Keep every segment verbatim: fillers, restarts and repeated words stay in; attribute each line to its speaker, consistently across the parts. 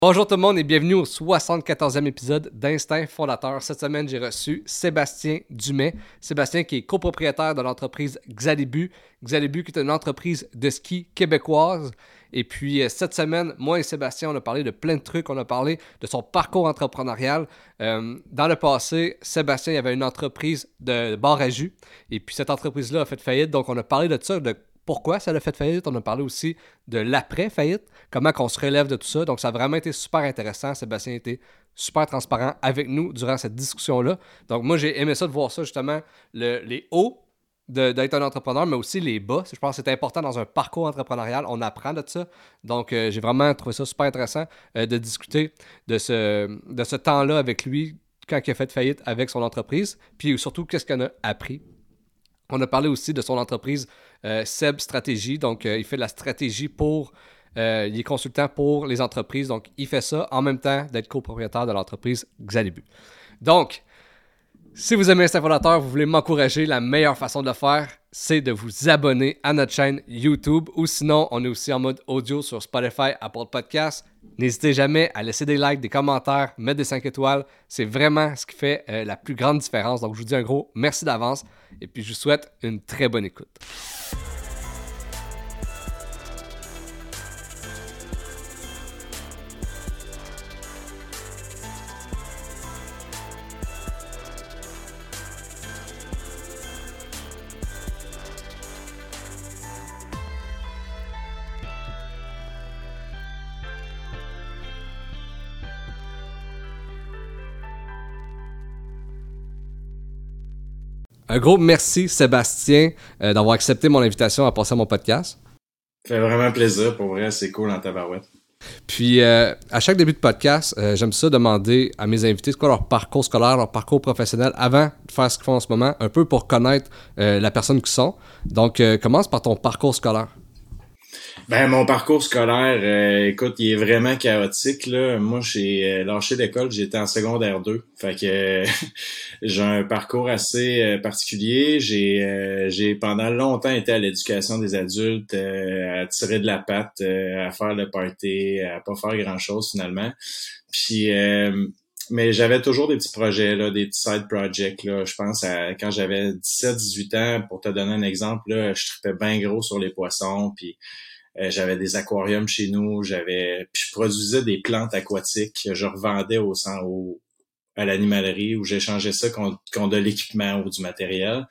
Speaker 1: Bonjour tout le monde et bienvenue au soixante-quatorzième épisode d'Instinct Fondateur. Cette semaine, j'ai reçu Sébastien Dumais. Sébastien qui est copropriétaire de l'entreprise Xalibu. Xalibu qui est une entreprise de ski québécoise. Et puis cette semaine, moi et Sébastien, on a parlé de plein de trucs. On a parlé de son parcours entrepreneurial. Euh, dans le passé, Sébastien il avait une entreprise de bar à jus. Et puis cette entreprise-là a fait faillite. Donc on a parlé de ça, de pourquoi ça a fait faillite. On a parlé aussi de l'après-faillite, comment on se relève de tout ça. Donc, ça a vraiment été super intéressant. Sébastien a été super transparent avec nous durant cette discussion-là. Donc, moi, j'ai aimé ça de voir ça, justement, le, les hauts de, d'être un entrepreneur, mais aussi les bas. Je pense que c'est important dans un parcours entrepreneurial. On apprend de ça. Donc, euh, j'ai vraiment trouvé ça super intéressant euh, de discuter de ce, de ce temps-là avec lui quand il a fait faillite avec son entreprise. Puis surtout, qu'est-ce qu'on a appris. On a parlé aussi de son entreprise euh, Seb Stratégie. Donc, euh, il fait de la stratégie pour... Euh, il est consultant pour les entreprises. Donc, il fait ça en même temps d'être copropriétaire de l'entreprise Xalibu. Donc, si vous aimez Instinct Fondateur, vous voulez m'encourager, la meilleure façon de le faire, c'est de vous abonner à notre chaîne YouTube. Ou sinon, on est aussi en mode audio sur Spotify, Apple Podcasts. N'hésitez jamais à laisser des likes, des commentaires, mettre des cinq étoiles. C'est vraiment ce qui fait euh, la plus grande différence. Donc, je vous dis un gros merci d'avance. Et puis, je vous souhaite une très bonne écoute. Un gros merci, Sébastien, euh, d'avoir accepté mon invitation à passer à mon podcast.
Speaker 2: Ça fait vraiment plaisir. Pour vrai, c'est cool en tabarouette.
Speaker 1: Puis, euh, à chaque début de podcast, euh, j'aime ça demander à mes invités c'est quoi leur parcours scolaire, leur parcours professionnel avant de faire ce qu'ils font en ce moment, un peu pour connaître euh, la personne qu'ils sont. Donc, euh, commence par ton parcours scolaire.
Speaker 2: Ben, mon parcours scolaire, euh, écoute, il est vraiment chaotique, là. Moi, j'ai euh, lâché l'école, j'étais en secondaire deux. Fait que euh, j'ai un parcours assez euh, particulier. J'ai euh, j'ai pendant longtemps été à l'éducation des adultes, euh, à tirer de la patte, euh, à faire le party, à pas faire grand-chose finalement. Puis... Euh, Mais j'avais toujours des petits projets, là, des petits side projects, là. Je pense à quand j'avais dix-sept dix-huit ans, pour te donner un exemple, là, je tripais bien gros sur les poissons, puis euh, j'avais des aquariums chez nous, j'avais puis je produisais des plantes aquatiques que je revendais au, au à l'animalerie où j'échangeais ça contre, contre de l'équipement ou du matériel.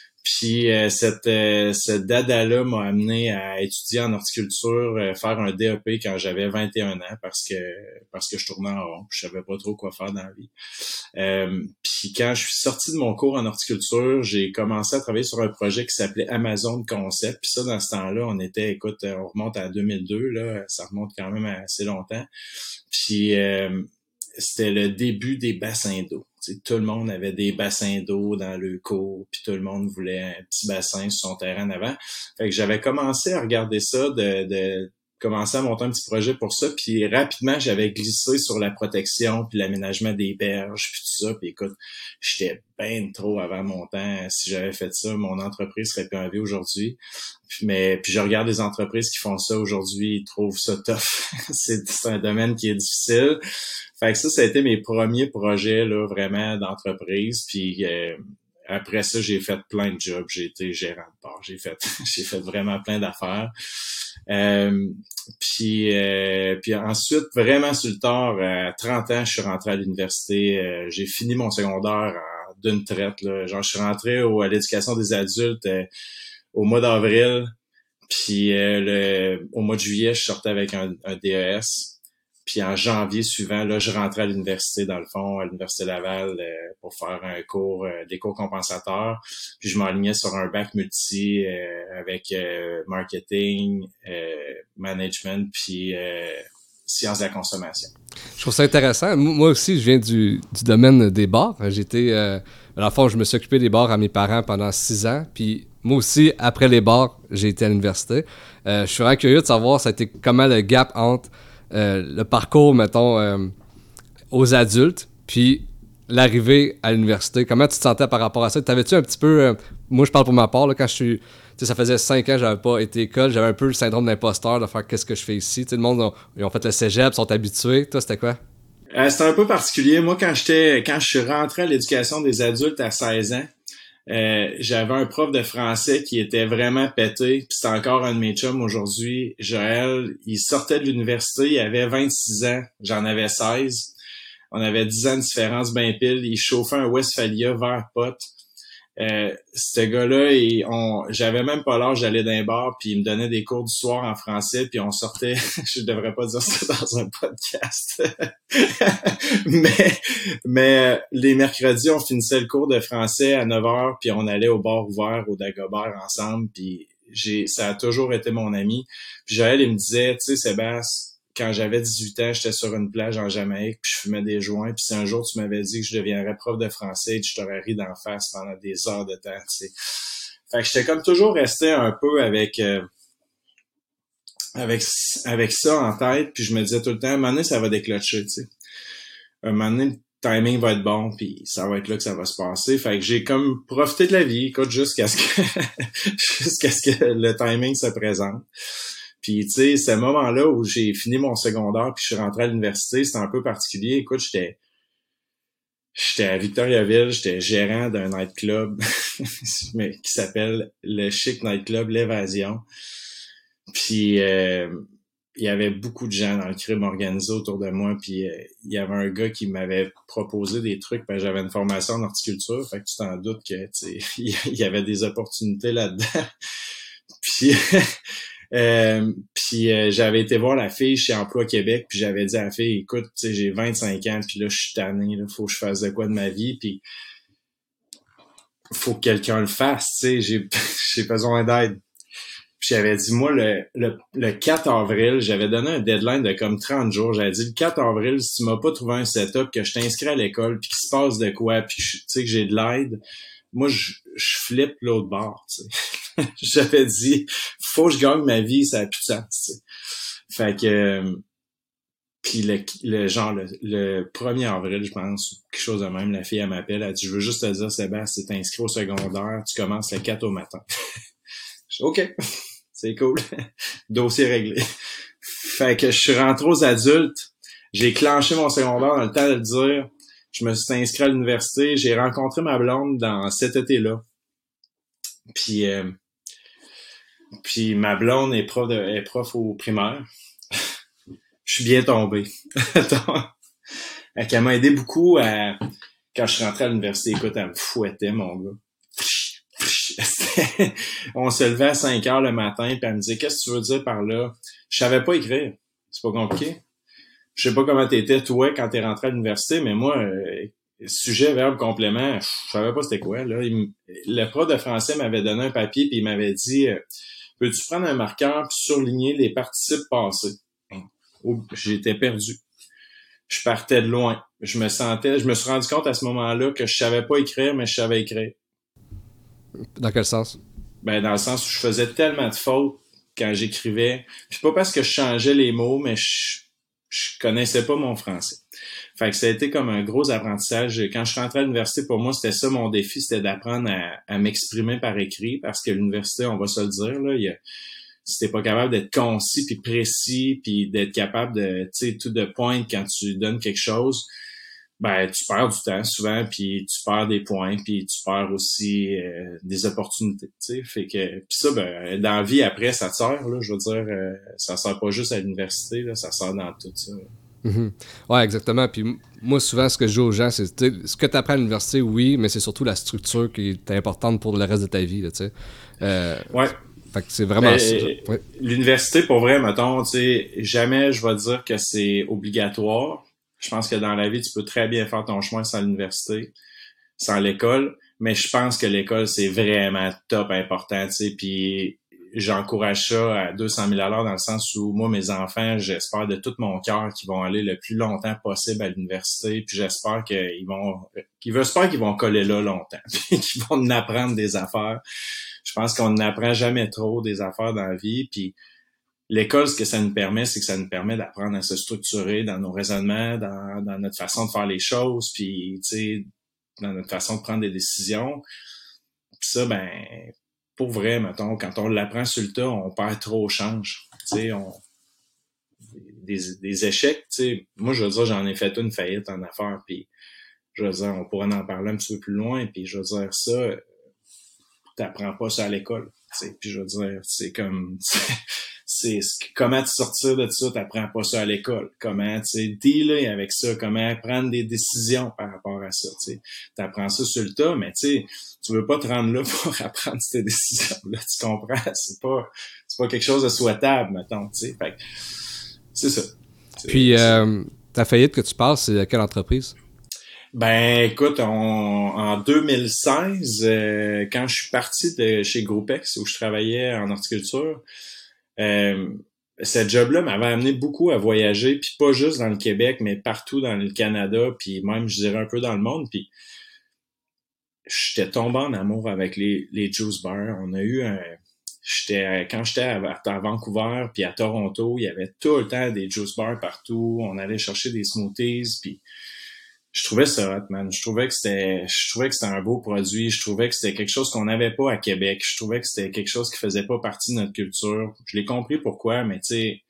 Speaker 2: Puis euh, cette euh, ce dada-là m'a amené à étudier en horticulture, euh, faire un D E P quand j'avais vingt et un ans parce que parce que je tournais en rond, je savais pas trop quoi faire dans la vie. Euh, puis quand je suis sorti de mon cours en horticulture, j'ai commencé à travailler sur un projet qui s'appelait Amazon Concept. Puis ça, dans ce temps-là, on était, écoute, on remonte à deux mille deux, là, ça remonte quand même à assez longtemps. Puis euh, c'était le début des bassins d'eau. T'sais, tout le monde avait des bassins d'eau dans le cours, puis tout le monde voulait un petit bassin sur son terrain en avant. Fait que j'avais commencé à regarder ça, de, de commencer à monter un petit projet pour ça, puis rapidement, j'avais glissé sur la protection, puis l'aménagement des berges, puis tout ça. Puis écoute, j'étais ben trop avant mon temps. Si j'avais fait ça, mon entreprise serait plus en vie aujourd'hui. Puis, mais puis je regarde les entreprises qui font ça aujourd'hui, ils trouvent ça tough. c'est, c'est un domaine qui est difficile. Fait que ça, ça a été mes premiers projets là vraiment d'entreprise. Puis euh, après ça, j'ai fait plein de jobs. J'ai été gérant de bar. J'ai fait, j'ai fait vraiment plein d'affaires. Euh, puis euh, puis ensuite, vraiment sur le tard, à trente ans, je suis rentré à l'université. Euh, j'ai fini mon secondaire en, d'une traite. Là. Genre, je suis rentré au, à l'éducation des adultes euh, au mois d'avril. Puis euh, le, au mois de juillet, je sortais avec un, un D E S. Puis en janvier suivant, là, je rentrais à l'université, dans le fond, à l'Université Laval, euh, pour faire un cours, euh, des cours compensateurs. Puis je m'alignais sur un bac multi euh, avec euh, marketing, euh, management, puis euh, sciences de la consommation.
Speaker 1: Je trouve ça intéressant. Moi aussi, je viens du, du domaine des bars. J'étais, euh, dans le fond, je me suis occupé des bars à mes parents pendant six ans. Puis moi aussi, après les bars, j'ai été à l'université. Euh, je suis vraiment curieux de savoir ça a été comment le gap entre Euh, le parcours, mettons, euh, aux adultes, puis l'arrivée à l'université, comment tu te sentais par rapport à ça? T'avais-tu un petit peu... Euh, moi, je parle pour ma part, là, quand je suis... Tu sais, ça faisait cinq ans que j'avais pas été à l'école, j'avais un peu le syndrome d'imposteur de faire qu'est-ce que je fais ici. Tu sais, le monde, ont, ils ont fait le cégep, sont habitués. Toi, c'était quoi?
Speaker 2: Euh, c'était un peu particulier. Moi, quand j'étais, quand je suis rentré à l'éducation des adultes à seize ans, euh, j'avais un prof de français qui était vraiment pété. Puis c'est encore un de mes chums aujourd'hui. Joël, il sortait de l'université, il avait vingt-six ans, j'en avais seize. On avait dix ans de différence ben pile. Il chauffait un Westphalia vert pot. Euh, ce gars-là, il, on, j'avais même pas l'âge d'aller dans un bar, puis il me donnait des cours du soir en français, puis on sortait, je devrais pas dire ça dans un podcast, mais, mais les mercredis, on finissait le cours de français à neuf heures, puis on allait au bar ouvert, au Dagobert ensemble, puis j'ai, ça a toujours été mon ami. Puis Joël, il me disait, tu sais, Sébastien, quand j'avais dix-huit ans, j'étais sur une plage en Jamaïque, puis je fumais des joints, puis si un jour tu m'avais dit que je deviendrais prof de français, je t'aurais ri d'en face pendant des heures de temps, tu sais. Fait que j'étais comme toujours resté un peu avec euh, avec avec ça en tête, puis je me disais tout le temps, à un moment donné, ça va déclencher, tu sais. Un moment donné, le timing va être bon, puis ça va être là que ça va se passer. Fait que j'ai comme profité de la vie, écoute, jusqu'à ce que jusqu'à ce que le timing se présente. Puis, tu sais, ce moment-là où j'ai fini mon secondaire puis je suis rentré à l'université, c'était un peu particulier. Écoute, j'étais j'étais à Victoriaville, j'étais gérant d'un nightclub mais qui s'appelle le chic nightclub L'Évasion. Puis, euh, il y avait beaucoup de gens dans le crime organisé autour de moi. Puis, euh, il y avait un gars qui m'avait proposé des trucs parce que j'avais une formation en horticulture. Fait que tu t'en doutes que, tu sais, il y avait des opportunités là-dedans. Puis... Euh, puis euh, j'avais été voir la fille chez Emploi Québec, puis j'avais dit à la fille, écoute, tu sais, j'ai vingt-cinq ans, puis là, je suis tanné, là, faut que je fasse de quoi de ma vie, puis faut que quelqu'un le fasse, tu sais, j'ai, j'ai besoin d'aide. Puis j'avais dit, moi, le, le, le quatre avril, j'avais donné un deadline de comme trente jours, j'avais dit, le quatre avril, si tu m'as pas trouvé un setup, que je t'inscris à l'école, puis qu'il se passe de quoi, puis tu sais, que j'ai de l'aide, moi, je, je flippe l'autre bord, tu sais. J'avais dit, faut que je gagne ma vie, ça a plus de sens, tu sais. Fait que, euh, puis le, le genre, le, le premier avril, je pense, quelque chose de même, la fille, elle m'appelle, elle dit, je veux juste te dire, Sébastien, t'es inscrit au secondaire, tu commences le quatre au matin. Je dis, OK, c'est cool. Dossier réglé. Fait que je suis rentré aux adultes, j'ai clenché mon secondaire dans le temps de le dire, je me suis inscrit à l'université, j'ai rencontré ma blonde dans cet été-là. Puis, euh, puis ma blonde est prof, de, est prof au primaire. Je suis bien tombé. Elle m'a aidé beaucoup à, quand je suis rentré à l'université. Écoute, elle me fouettait, mon gars. On se levait à cinq heures le matin, puis elle me disait, qu'est-ce que tu veux dire par là? Je savais pas écrire. C'est pas compliqué. Je sais pas comment t'étais, toi, quand t'es rentré à l'université, mais moi, euh, sujet, verbe, complément, je savais pas c'était quoi, là. Il, le prof de français m'avait donné un papier, puis il m'avait dit, euh, peux-tu prendre un marqueur puis surligner les participes passés? Oh, j'étais perdu. Je partais de loin. Je me sentais, je me suis rendu compte à ce moment-là que je savais pas écrire, mais je savais écrire.
Speaker 1: Dans quel sens?
Speaker 2: Ben, dans le sens où je faisais tellement de fautes quand j'écrivais. Puis pas parce que je changeais les mots, mais je, je connaissais pas mon français. Fait que ça a été comme un gros apprentissage. Quand je suis rentré à l'université, pour moi, c'était ça mon défi, c'était d'apprendre à, à m'exprimer par écrit, parce que l'université, on va se le dire, là, il y a, si t'es pas capable d'être concis puis précis puis d'être capable de, tu sais, tout de pointe quand tu donnes quelque chose, ben tu perds du temps souvent, puis tu perds des points, puis tu perds aussi euh, des opportunités, tu sais. Fait que, puis ça, ben dans la vie après, ça te sert, là, je veux dire, euh, ça sert pas juste à l'université, là, ça sert dans tout ça.
Speaker 1: Mm-hmm. Ouais, exactement. Puis moi, souvent, ce que je dis aux gens, c'est ce que tu apprends à l'université, oui, mais c'est surtout la structure qui est importante pour le reste de ta vie, tu sais. Euh,
Speaker 2: ouais.
Speaker 1: Fait que c'est vraiment
Speaker 2: mais,
Speaker 1: ça.
Speaker 2: Ouais. L'université, pour vrai, mettons, tu sais, jamais je vais dire que c'est obligatoire. Je pense que dans la vie, tu peux très bien faire ton chemin sans l'université, sans l'école, mais je pense que l'école, c'est vraiment top important, tu sais, puis j'encourage ça à deux cent mille à l'heure dans le sens où moi, mes enfants, j'espère de tout mon cœur qu'ils vont aller le plus longtemps possible à l'université, puis j'espère qu'ils vont, qu'ils j'espère qu'ils vont coller là longtemps, puis qu'ils vont en apprendre des affaires. Je pense qu'on n'apprend jamais trop des affaires dans la vie, puis l'école, ce que ça nous permet, c'est que ça nous permet d'apprendre à se structurer dans nos raisonnements, dans, dans notre façon de faire les choses, puis, tu sais, dans notre façon de prendre des décisions. Puis ça, ben, pour vrai, mettons, quand on l'apprend sur le tas, on perd trop au change. Tu sais, on... Des, des échecs, tu sais, moi, je veux dire, j'en ai fait une faillite en affaires, puis je veux dire, on pourrait en parler un petit peu plus loin, puis je veux dire, ça, t'apprends pas ça à l'école, tu sais, puis je veux dire, c'est comme, c'est, c'est comment te sortir de ça, t'apprends pas ça à l'école, comment, tu sais, dealer avec ça, comment prendre des décisions par rapport à ça, tu sais, t'apprends ça sur le tas, mais tu sais, tu veux pas te rendre là pour apprendre ces décisions-là, tu comprends, c'est pas, c'est pas quelque chose de souhaitable, mettons, tu sais, fait que, c'est ça. C'est,
Speaker 1: Puis,
Speaker 2: c'est...
Speaker 1: euh, ta faillite que tu parles, c'est quelle entreprise?
Speaker 2: Ben, écoute, on, en deux mille seize, euh, quand je suis parti de chez Groupex, où je travaillais en horticulture, euh, ce job-là m'avait amené beaucoup à voyager, puis pas juste dans le Québec, mais partout dans le Canada, puis même, je dirais, un peu dans le monde, puis j'étais tombé en amour avec les, les juice bars. On a eu un... J'étais, quand j'étais à, à Vancouver puis à Toronto, il y avait tout le temps des juice bars partout. On allait chercher des smoothies, puis je trouvais ça hot, man. Je trouvais que c'était, je trouvais que c'était un beau produit. Je trouvais que c'était quelque chose qu'on n'avait pas à Québec. Je trouvais que c'était quelque chose qui faisait pas partie de notre culture. Je l'ai compris pourquoi, mais tu sais,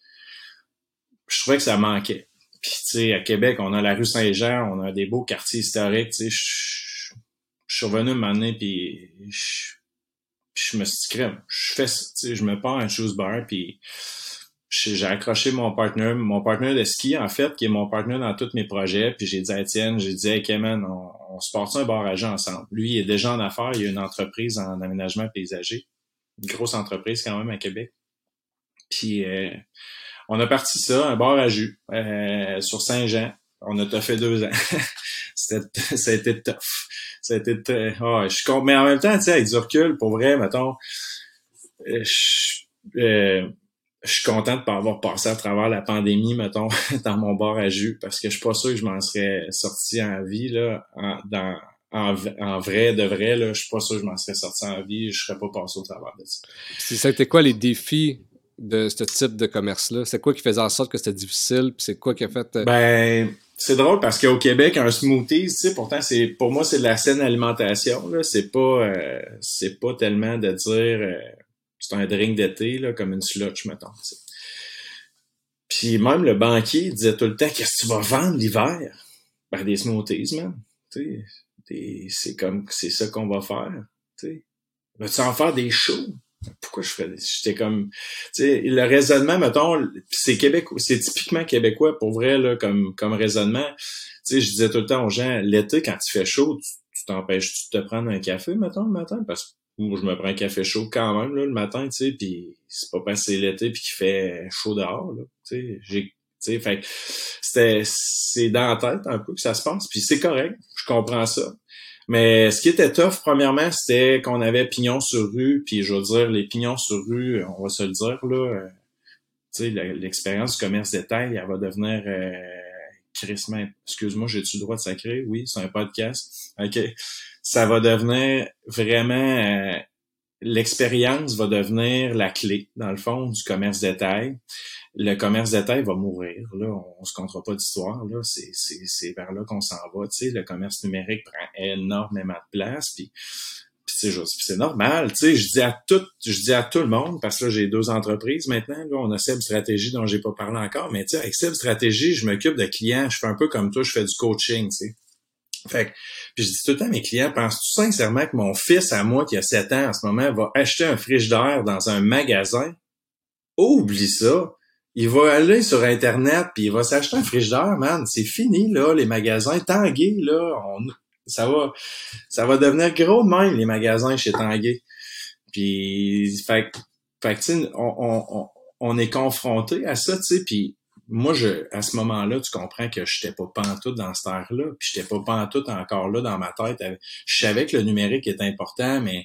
Speaker 2: je trouvais que ça manquait. Puis tu sais, à Québec, on a la rue Saint-Jean, on a des beaux quartiers historiques. Tu sais, je, je suis revenu me m'amener puis je, je me suis dit, crème, je fais ça, tu sais, je me pars un juice bar, puis j'ai accroché mon partner, mon partner de ski, en fait, qui est mon partner dans tous mes projets, puis j'ai dit à Étienne, j'ai dit, hey, Kemen, on, on se porte un bar à jeu ensemble. Lui, il est déjà en affaires, il a une entreprise en aménagement paysager, une grosse entreprise quand même à Québec. Puis, euh, on a parti ça, un bar à jus, euh, sur Saint-Jean. On a toffé deux ans. C'était, ça a été tough. Ça a été très, oh, je suis con... mais en même temps, tu sais, avec du recul, pour vrai, mettons, euh, je, euh, je suis content de pas avoir passé à travers la pandémie, mettons, dans mon bar à jus, parce que je suis pas sûr que je m'en serais sorti en vie, là, en, dans, en, en vrai, de vrai, là, je suis pas sûr que je m'en serais sorti en vie, je serais pas passé au travers de ça.
Speaker 1: Ça a été quoi les défis de ce type de commerce-là? C'est quoi qui faisait en sorte que c'était difficile? Puis c'est quoi qui a fait... Euh...
Speaker 2: Ben, c'est drôle parce qu'au Québec, un smoothie, tu sais, pourtant, c'est, pour moi, c'est de la saine alimentation, là. C'est pas, euh, c'est pas tellement de dire, euh, c'est un drink d'été, là, comme une slush, mettons, tu sais. Puis même le banquier disait tout le temps, qu'est-ce que tu vas vendre l'hiver? Ben, des smoothies, man. Tu sais, des, c'est comme, c'est ça qu'on va faire, tu sais. Vas-tu en faire des shows? Pourquoi je ferais des... J'étais comme... Tu sais, le raisonnement, mettons, c'est québécois, c'est typiquement québécois, pour vrai, là, comme, comme raisonnement. Tu sais, je disais tout le temps aux gens, l'été, quand il fait chaud, tu, tu t'empêches-tu de te prendre un café, mettons, le matin? Parce que moi, je me prends un café chaud quand même, là, le matin, tu sais, puis c'est pas parce que c'est l'été puis qu'il fait chaud dehors, là. Tu sais, j'ai... Tu sais, fait c'était... C'est dans la tête, un peu, que ça se passe, puis c'est correct, je comprends ça. Mais ce qui était tough, premièrement, c'était qu'on avait pignon sur rue, puis je veux dire, les pignons sur rue, on va se le dire, là, euh, tu sais, l'expérience du commerce détail, elle va devenir euh, crissement, excuse-moi, j'ai-tu le droit de sacrer? Oui, c'est un podcast. OK. Ça va devenir vraiment, euh, l'expérience va devenir la clé, dans le fond, du commerce détail. Le commerce détail va mourir, là, on, on se comptera pas d'histoire, là, c'est, c'est, c'est vers là qu'on s'en va, tu sais, le commerce numérique prend énormément de place, puis, puis tu sais, c'est normal, tu sais, je dis à tout, je dis à tout le monde, parce que là, j'ai deux entreprises maintenant, là, on a Seb Stratégie dont j'ai pas parlé encore, mais tu sais, avec Seb Stratégie, je m'occupe de clients, je fais un peu comme toi, je fais du coaching, tu sais. Fait que, puis je dis tout le temps à mes clients, penses-tu sincèrement que mon fils à moi, qui a sept ans en ce moment, va acheter un frigidaire dans un magasin? Oublie ça! Il va aller sur Internet puis il va s'acheter un frigidaire, man. C'est fini, là, les magasins. Tanguay, là, on, ça va, ça va devenir gros de même, les magasins chez Tanguay. Puis, fait, fait que, tu sais, on, on, on est confronté à ça, tu sais, puis moi, je, à ce moment-là, tu comprends que j'étais pas pantoute dans cette ère-là, puis j'étais pas pantoute encore là dans ma tête. Je savais que le numérique était important, mais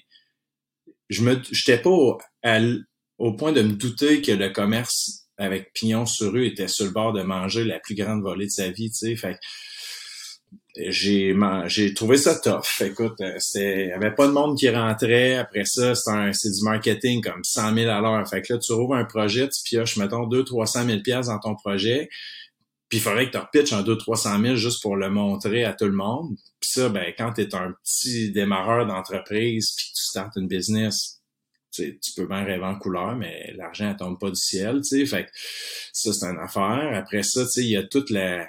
Speaker 2: je me, j'étais pas au, à, au point de me douter que le commerce avec pignon sur rue était sur le bord de manger la plus grande volée de sa vie, tu sais. Fait j'ai j'ai trouvé ça tough. Écoute, c'était, il y avait pas de monde qui rentrait. Après ça, c'est un, c'est du marketing comme cent mille à l'heure. Fait que là, tu rouvres un projet, tu pioches, mettons, deux cents trois cent mille pièces dans ton projet. Puis il faudrait que tu repitches un deux cents trois cent mille juste pour le montrer à tout le monde. Puis ça, ben, quand t'es un petit démarreur d'entreprise puis que tu startes une business, tu sais, tu peux bien rêver en couleur, mais l'argent, elle tombe pas du ciel, tu sais. Fait que ça, c'est une affaire. Après ça, tu sais, il y a toute la...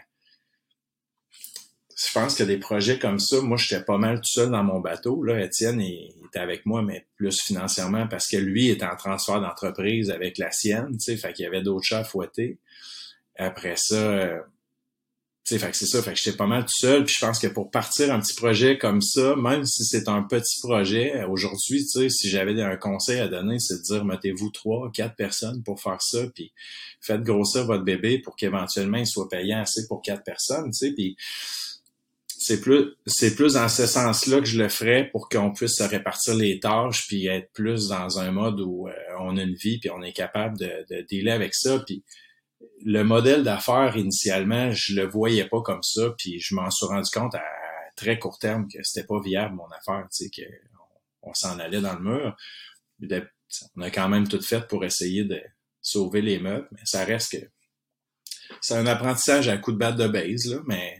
Speaker 2: Je pense que des projets comme ça, moi, j'étais pas mal tout seul dans mon bateau. Là, Étienne, il, il était avec moi, mais plus financièrement, parce que lui était en transfert d'entreprise avec la sienne, tu sais, fait qu'il y avait d'autres chats à fouetter. Après ça, euh, tu sais, fait que c'est ça, fait que j'étais pas mal tout seul. Puis je pense que pour partir un petit projet comme ça, même si c'est un petit projet, aujourd'hui, tu sais, si j'avais un conseil à donner, c'est de dire, mettez-vous trois, quatre personnes pour faire ça, puis faites grossir votre bébé pour qu'éventuellement il soit payant assez pour quatre personnes, tu sais, puis c'est plus c'est plus dans ce sens-là que je le ferais pour qu'on puisse se répartir les tâches puis être plus dans un mode où euh, on a une vie puis on est capable de, de dealer avec ça. Puis le modèle d'affaires initialement, je le voyais pas comme ça, puis je m'en suis rendu compte à très court terme que c'était pas viable mon affaire, tu sais, que on, on s'en allait dans le mur. De, on a quand même tout fait pour essayer de sauver les meubles, mais ça reste que c'est un apprentissage à coup de batte de base, là, mais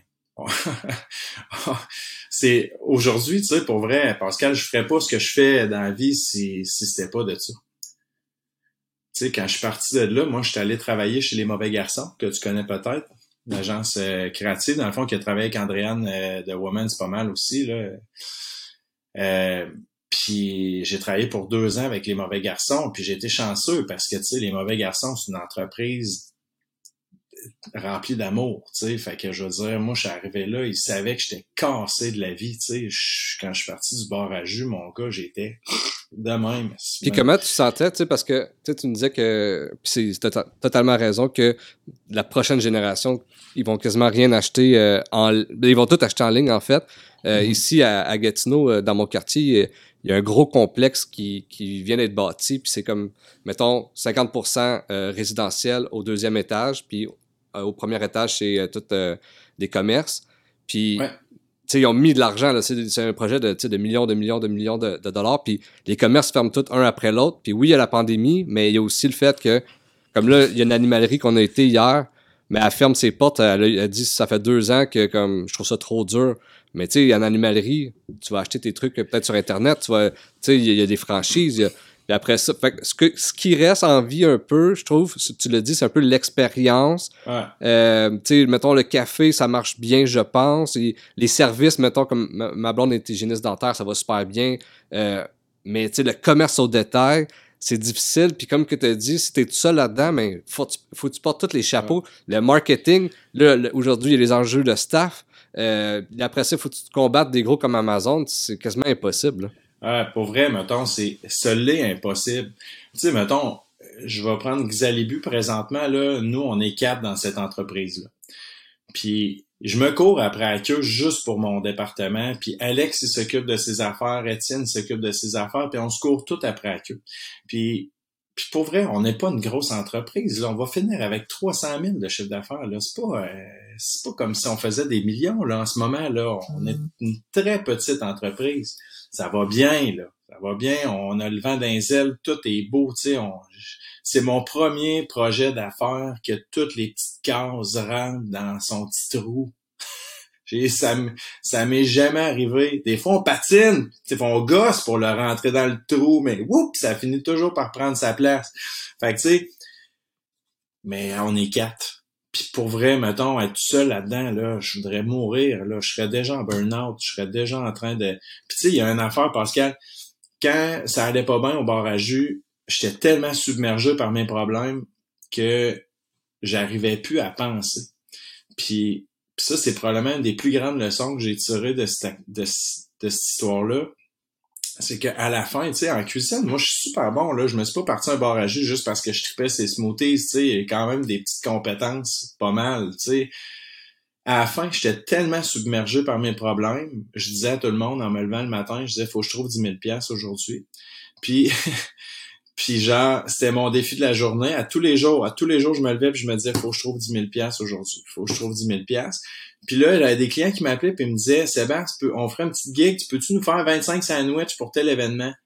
Speaker 2: c'est aujourd'hui, tu sais, pour vrai, Pascal, je ferais pas ce que je fais dans la vie si, si c'était pas de ça. Tu sais, quand je suis parti de là, moi, je suis allé travailler chez Les Mauvais Garçons, que tu connais peut-être, une agence euh, créative, dans le fond, qui a travaillé avec Andréane euh, de Woman, c'est pas mal aussi, là. Euh, puis j'ai travaillé pour deux ans avec Les Mauvais Garçons, puis j'ai été chanceux parce que, tu sais, Les Mauvais Garçons, c'est une entreprise rempli d'amour, tu sais, fait que je veux dire, moi je suis arrivé là, ils savaient que j'étais cassé de la vie, tu sais, quand je suis parti du bar à jus, mon gars, j'étais de même.
Speaker 1: Puis comment tu sentais, tu sais, parce que tu nous disais que, puis c'est to- totalement raison, que la prochaine génération, ils vont quasiment rien acheter euh, en, ils vont tout acheter en ligne en fait. Euh, mm-hmm. Ici à, à Gatineau, euh, dans mon quartier, il y a un gros complexe qui, qui vient d'être bâti, puis c'est comme, mettons, cinquante pour cent euh, résidentiel au deuxième étage, puis euh, au premier étage, c'est euh, tout euh, des commerces. Puis, ouais. tu sais, ils ont mis de l'argent, là, c'est, c'est un projet de, de millions, de millions, de millions de, de dollars, puis les commerces ferment tous un après l'autre. Puis oui, il y a la pandémie, mais il y a aussi le fait que, comme là, il y a une animalerie qu'on a été hier, mais elle ferme ses portes, elle a, elle a dit ça fait deux ans que comme je trouve ça trop dur. Mais tu sais, en animalerie, tu vas acheter tes trucs peut-être sur Internet, tu vas, tu sais, il y, y a des franchises, y a, et après ça, fait que ce, que, ce qui reste en vie un peu, je trouve, tu l'as dit, c'est un peu l'expérience. Ouais. Euh, tu sais, mettons, le café, ça marche bien, je pense. Et les services, mettons, comme ma, ma blonde est hygiéniste dentaire, ça va super bien. Euh, mais tu sais, le commerce au détail, c'est difficile. Puis comme que tu as dit, si tu es tout seul là-dedans, mais faut, faut que tu portes tous les chapeaux. Ouais. Le marketing, là, le, aujourd'hui, il y a les enjeux de staff. Euh, après ça, il faut que tu te combattes des gros comme Amazon. C'est quasiment impossible, là.
Speaker 2: Ah, pour vrai, mettons, c'est ça l'est impossible. Tu sais, mettons, je vais prendre Xalibu présentement, là, nous, on est quatre dans cette entreprise-là. Puis, je me cours après à queue juste pour mon département, puis Alex, il s'occupe de ses affaires, Étienne s'occupe de ses affaires, puis on se court tout après à queue. Puis, puis pour vrai, on n'est pas une grosse entreprise, là. On va finir avec trois cent mille de chiffre d'affaires, là. C'est pas, euh, c'est pas comme si on faisait des millions, là, en ce moment, là. On est une très petite entreprise. Ça va bien, là. Ça va bien. On a le vent dans les ailes. Tout est beau, tu sais. On... C'est mon premier projet d'affaires que toutes les petites cases rentrent dans son petit trou. J'ai, ça, ça m'est jamais arrivé. Des fois, on patine. Tu sais, on gosse pour le rentrer dans le trou, mais whoop, ça finit toujours par prendre sa place. Fait que, tu sais, mais on est quatre. Puis pour vrai, mettons, être tout seul là-dedans, là, je voudrais mourir, là. Je serais déjà en burn-out, je serais déjà en train de... Puis tu sais, il y a une affaire, Pascal, quand ça allait pas bien au bar à jus, j'étais tellement submergé par mes problèmes que j'arrivais plus à penser. Puis, puis ça, c'est probablement une des plus grandes leçons que j'ai tirées de cette, de, de cette histoire-là. C'est qu'à la fin, tu sais, en cuisine, moi, je suis super bon, là. Je me suis pas parti un bar à jus juste parce que je tripais ces smoothies, tu sais. Il y a quand même des petites compétences pas mal, tu sais. À la fin, j'étais tellement submergé par mes problèmes. Je disais à tout le monde, en me levant le matin, je disais, faut que je trouve dix mille piastres aujourd'hui. Puis, Puis genre, c'était mon défi de la journée. À tous les jours, à tous les jours, je me levais puis je me disais, faut que je trouve dix mille piastres aujourd'hui. Faut que je trouve dix mille piastres. Puis là, il y avait des clients qui m'appelaient puis ils me disaient, Sébastien, on ferait une petite gig, tu peux-tu nous faire vingt-cinq sandwichs pour tel événement?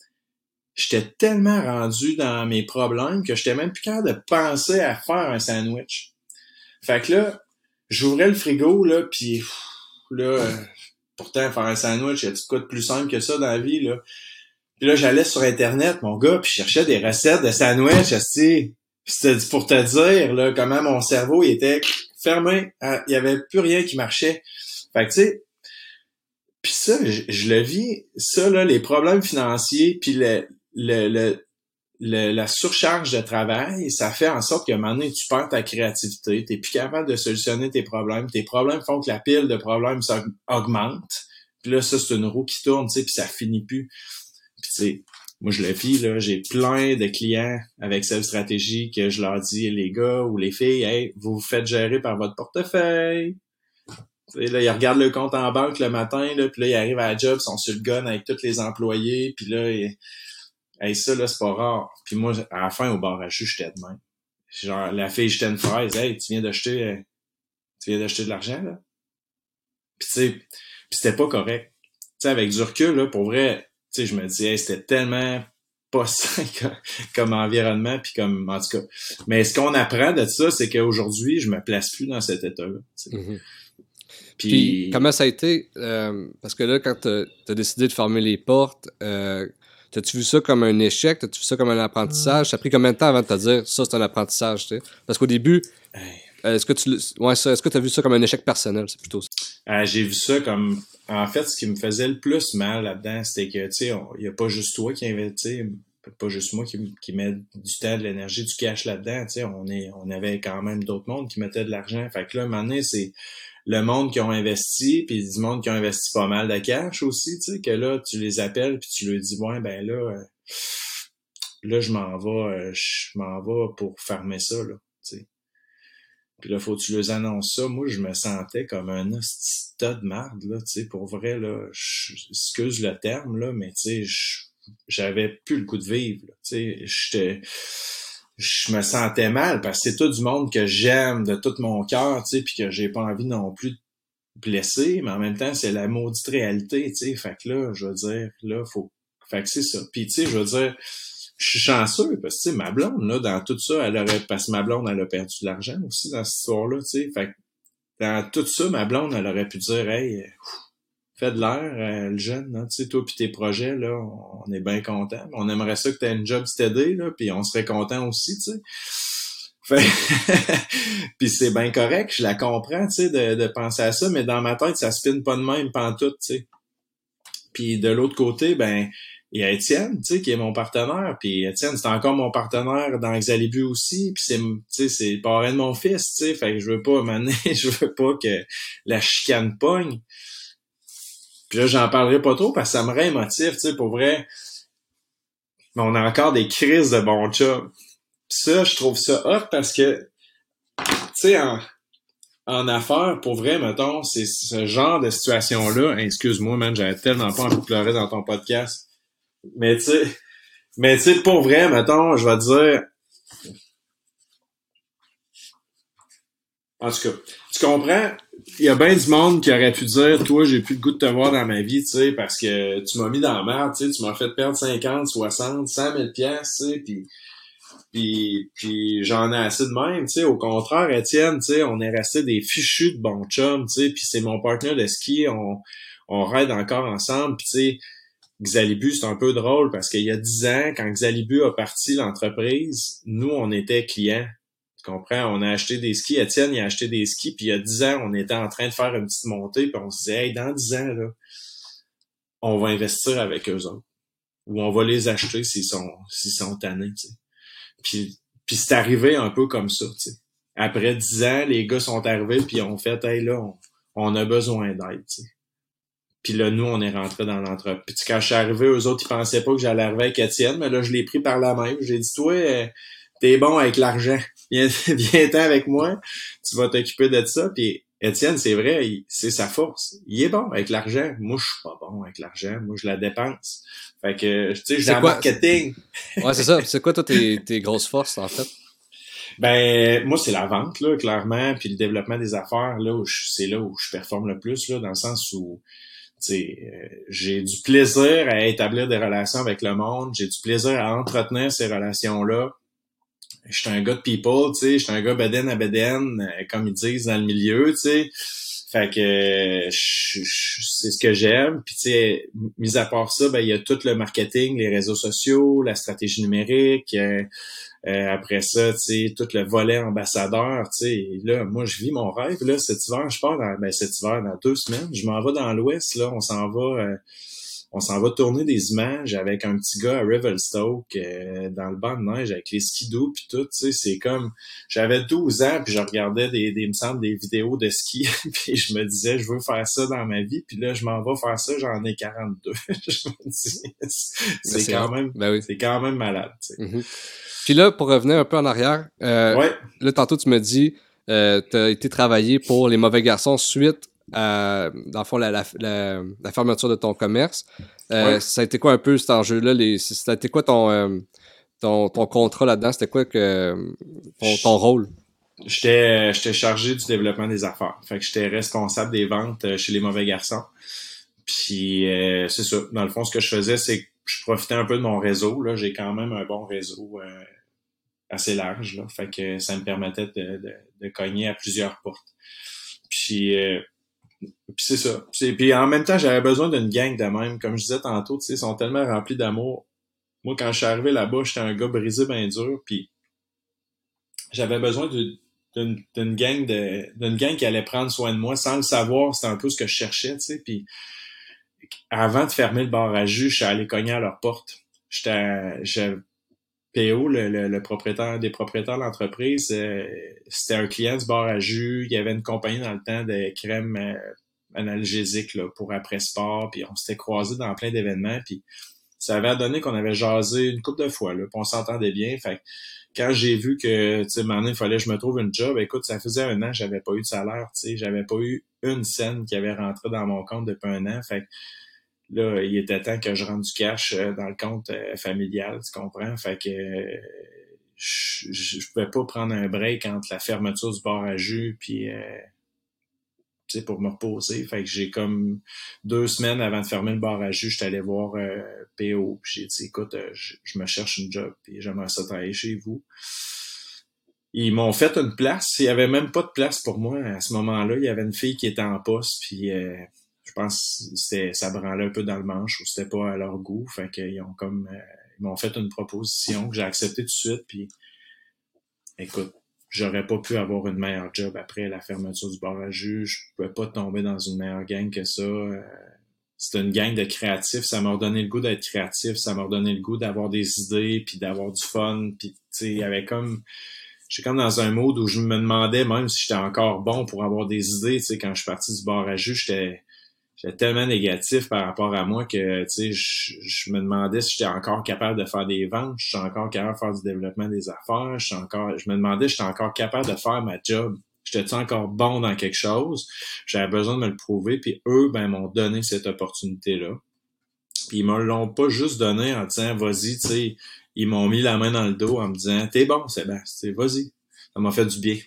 Speaker 2: J'étais tellement rendu dans mes problèmes que j'étais même plus capable de penser à faire un sandwich. Fait que là, j'ouvrais le frigo, là, puis là, euh, pourtant, faire un sandwich, y a-tu quoi de plus simple que ça dans la vie, là? Puis là, j'allais sur Internet, mon gars, puis je cherchais des recettes de sandwich, esti. C'était pour te dire, là, comment mon cerveau, il était fermé. Il y avait plus rien qui marchait. Fait que, tu sais, puis ça, je, je le vis, ça, là, les problèmes financiers, puis le, le, le, le, la surcharge de travail, ça fait en sorte qu'à un moment donné, tu perds ta créativité, t'es plus capable de solutionner tes problèmes. Tes problèmes font que la pile de problèmes augmente. Puis là, ça, c'est une roue qui tourne, tu sais, puis ça finit plus. Puis tu sais, moi je le vis, là, j'ai plein de clients avec cette stratégie que je leur dis, les gars ou les filles, hey, vous vous faites gérer par votre portefeuille. Tu sais, là, ils regardent le compte en banque le matin, là, puis là, ils arrivent à la job, ils sont sur le gun avec tous les employés, puis là, ils, hey, ça, là, c'est pas rare. Puis moi, à la fin, au bar à jus, j'étais de même. Genre, la fille jetait une fraise, hey, tu viens d'acheter, euh, tu viens d'acheter de l'argent, là? Puis tu sais, puis c'était pas correct. Tu sais, avec du recul, là, pour vrai, tu sais, je me disais, hey, c'était tellement pas sain comme, comme environnement, puis comme, en tout cas. Mais ce qu'on apprend de ça, c'est qu'aujourd'hui, je me place plus dans cet état-là.
Speaker 1: Mm-hmm.
Speaker 2: Puis,
Speaker 1: puis, comment ça a été? Euh, parce que là, quand t'as, t'as décidé de fermer les portes, euh, t'as-tu vu ça comme un échec? T'as-tu vu ça comme un apprentissage? Ça a pris combien de temps avant de te dire, ça, c'est un apprentissage, tu sais? Parce qu'au début,
Speaker 2: hey.
Speaker 1: est-ce que tu ouais, ça, est-ce que t'as vu ça comme un échec personnel? C'est plutôt ça.
Speaker 2: Euh, j'ai vu ça comme... En fait, ce qui me faisait le plus mal là-dedans, c'était que, tu sais, il n'y a pas juste toi qui investit, pas juste moi qui, qui met du temps, de l'énergie, du cash là-dedans, tu sais, on est, on avait quand même d'autres mondes qui mettaient de l'argent. Fait que là, à un moment donné, c'est le monde qui ont investi, puis du monde qui ont investi pas mal de cash aussi, tu sais, que là, tu les appelles, puis tu leur dis, ouais, ben là, euh, là, je m'en vais, euh, je m'en vais pour fermer ça, là, tu sais. Puis là, faut que tu les annonces ça. Moi, je me sentais comme un hostie de marde, là, tu sais, pour vrai, là, je, excuse le terme, là, mais tu sais, j'avais plus le coup de vivre, tu sais, j'étais, je me sentais mal, parce que c'est tout du monde que j'aime de tout mon cœur, tu sais, puis que j'ai pas envie non plus de blesser, mais en même temps, c'est la maudite réalité, tu sais, fait que là, je veux dire, là, faut, fait que c'est ça. Puis, tu sais, je veux dire, je suis chanceux parce que, tu sais, ma blonde, là, dans tout ça, elle aurait, parce que ma blonde, elle a perdu de l'argent aussi dans cette histoire-là, tu sais. Fait que, dans tout ça, ma blonde, elle aurait pu dire, hey, fais de l'air, euh, le jeune, hein, tu sais, toi pis tes projets, là, on est bien content. On aimerait ça que t'aies une job steady, là, puis on serait content aussi, tu sais. Fait, puis c'est bien correct, je la comprends, tu sais, de, de penser à ça, mais dans ma tête, ça spinne pas de même pantoute, tu sais. Puis de l'autre côté, ben, il y a Étienne, tu sais, qui est mon partenaire. Puis Étienne, c'est encore mon partenaire dans Xalibu aussi. Puis c'est, tu sais, c'est le parrain de mon fils, tu sais. Fait que je veux pas, maner, je veux pas que la chicane pogne. Puis là, j'en parlerai pas trop parce que ça me rend émotif, tu sais, pour vrai. Mais on a encore des crises de bon chum. Puis ça, je trouve ça hot parce que, tu sais, en, en affaires, pour vrai, mettons, c'est ce genre de situation-là. Hey, excuse-moi, man, j'avais tellement pas envie de pleurer dans ton podcast. Mais tu sais, mais tu sais, pour vrai, mettons, je vais te dire. En tout cas, tu comprends? Il y a bien du monde qui aurait pu dire, toi, j'ai plus le goût de te voir dans ma vie, tu sais, parce que tu m'as mis dans la merde, tu sais, tu m'as fait perdre cinquante, soixante, cent mille piastres, tu sais, puis puis puis j'en ai assez de même, tu sais. Au contraire, Étienne, tu sais, on est resté des fichus de bons chums, tu sais, puis c'est mon partenaire de ski, on on raide encore ensemble, puis tu sais. Xalibu, c'est un peu drôle parce qu'il y a dix ans, quand Xalibu a parti l'entreprise, nous, on était clients. Tu comprends? On a acheté des skis. Étienne, il a acheté des skis. Puis il y a dix ans, on était en train de faire une petite montée. Puis on se disait, hey, dans dix ans, là, on va investir avec eux autres. Ou on va les acheter s'ils sont, s'ils sont tannés, tu sais. Puis, puis c'est arrivé un peu comme ça, tu sais. Après dix ans, les gars sont arrivés puis on fait, hey, là, on, on a besoin d'aide, tu sais. Puis là, nous, on est rentré dans l'entreprise. Puis quand je suis arrivé, eux autres, ils pensaient pas que j'allais arriver avec Étienne, mais là, je l'ai pris par la main. J'ai dit, toi, euh, t'es bon avec l'argent. Viens, viens-t'en avec moi. Tu vas t'occuper de ça. Puis Étienne, c'est vrai, il- c'est sa force. Il est bon avec l'argent. Moi, je suis pas bon avec l'argent. Moi, je la dépense. Fait que, tu sais, je
Speaker 1: C'est
Speaker 2: dans le
Speaker 1: quoi?
Speaker 2: marketing.
Speaker 1: Ouais, c'est ça. C'est quoi, toi, tes, tes grosses forces, en fait?
Speaker 2: Ben, moi, c'est la vente, là, clairement, puis le développement des affaires, là, où je- c'est là où je performe le plus, là, dans le sens où, tu sais, euh, j'ai du plaisir à établir des relations avec le monde, j'ai du plaisir à entretenir ces relations-là. Je suis un gars de people, tu sais, je suis un gars beden à beden, euh, comme ils disent dans le milieu, tu sais. Fait que euh, je- je- c'est ce que j'aime. Puis tu sais, mis à part ça, ben il y a tout le marketing, les réseaux sociaux, la stratégie numérique. euh, euh, après ça, tu sais, tout le volet ambassadeur, tu sais. Et là, moi, je vis mon rêve. Là, cet hiver, je pars dans, ben, cet hiver, dans deux semaines, je m'en vais dans l'Ouest, là, on s'en va. euh, on s'en va tourner des images avec un petit gars à Revelstoke euh, dans le banc de neige avec les skidoo puis tout, tu sais, c'est comme j'avais douze ans puis je regardais des, des il me semble des vidéos de ski puis je me disais je veux faire ça dans ma vie puis là je m'en vais faire ça, j'en ai quarante-deux. Je me dis
Speaker 1: Ben,
Speaker 2: c'est
Speaker 1: c'est
Speaker 2: quand
Speaker 1: hot.
Speaker 2: même
Speaker 1: Ben oui.
Speaker 2: c'est quand même malade, tu sais.
Speaker 1: Mhm. Puis là, pour revenir un peu en arrière, euh,
Speaker 2: Ouais,
Speaker 1: là, tantôt, tu me dis, euh, tu as été travailler pour les mauvais garçons suite à, dans le fond, la, la, la, la fermeture de ton commerce.
Speaker 2: ouais.
Speaker 1: Euh, ça a été quoi un peu cet enjeu-là? Les, ça a été quoi ton, euh, ton, ton contrat là-dedans? C'était quoi que ton, ton rôle?
Speaker 2: J'étais j'étais chargé du développement des affaires. Fait que j'étais responsable des ventes euh, chez les mauvais garçons. Puis euh, c'est ça. Dans le fond, ce que je faisais, c'est que je profitais un peu de mon réseau. Là, j'ai quand même un bon réseau euh, assez large. Là, fait que ça me permettait de, de, de cogner à plusieurs portes. Puis, euh, puis c'est ça. C'est, puis en même temps, j'avais besoin d'une gang de même. Comme je disais tantôt, tu sais, ils sont tellement remplis d'amour. Moi, quand je suis arrivé là-bas, j'étais un gars brisé bien dur. Puis j'avais besoin de, d'une, d'une gang de d'une gang qui allait prendre soin de moi sans le savoir. C'était un peu ce que je cherchais, tu sais. Puis avant de fermer le bar à jus, je suis allé cogner à leur porte. J'étais, j'avais P O, le, le, le propriétaire des propriétaires de l'entreprise, euh, c'était un client du bar à jus. Il y avait une compagnie dans le temps de crème euh, analgésique là, pour après-sport. Puis on s'était croisés dans plein d'événements. Puis ça avait donné qu'on avait jasé une couple de fois. Là, puis on s'entendait bien. Fait que quand j'ai vu que, tu sais, maintenant, il fallait que je me trouve une job, écoute, ça faisait un an que j'avais pas eu de salaire. Tu sais, j'avais pas eu une scène qui avait rentré dans mon compte depuis un an. Fait que là, il était temps que je rentre du cash euh, dans le compte euh, familial, tu comprends? Fait que euh, je, je, je pouvais pas prendre un break entre la fermeture du bar à jus puis euh, tu sais, pour me reposer. Fait que j'ai comme deux semaines avant de fermer le bar à jus, j'étais allé voir euh, P O, puis j'ai dit écoute, euh, je, je me cherche une job, puis j'aimerais ça travailler chez vous. Ils m'ont fait une place. Il y avait même pas de place pour moi à ce moment-là. Il y avait une fille qui était en poste, puis euh, je pense que c'était, ça branlait un peu dans le manche ou c'était pas à leur goût. Fait qu'ils ont comme euh, ils m'ont fait une proposition que j'ai acceptée tout de suite. Puis écoute, j'aurais pas pu avoir une meilleure job après la fermeture du bar à jus. Je pouvais pas tomber dans une meilleure gang que ça. Euh, c'était une gang de créatifs. Ça m'a redonné le goût d'être créatif. Ça m'a redonné le goût d'avoir des idées, puis d'avoir du fun. Puis tu sais, il y avait comme j'étais comme dans un mode où je me demandais même si j'étais encore bon pour avoir des idées. Tu sais, quand je suis parti du bar à jus, j'étais, j'étais tellement négatif par rapport à moi que tu sais, je, je me demandais si j'étais encore capable de faire des ventes, je suis encore capable de faire du développement des affaires, je suis encore, je me demandais si j'étais encore capable de faire ma job. J'étais encore bon dans quelque chose. J'avais besoin de me le prouver. Puis eux, ben, m'ont donné cette opportunité-là. Puis ils me l'ont pas juste donné en disant vas-y, tu sais, ils m'ont mis la main dans le dos en me disant t'es bon, Sébastien, vas-y. Ça m'a fait du bien.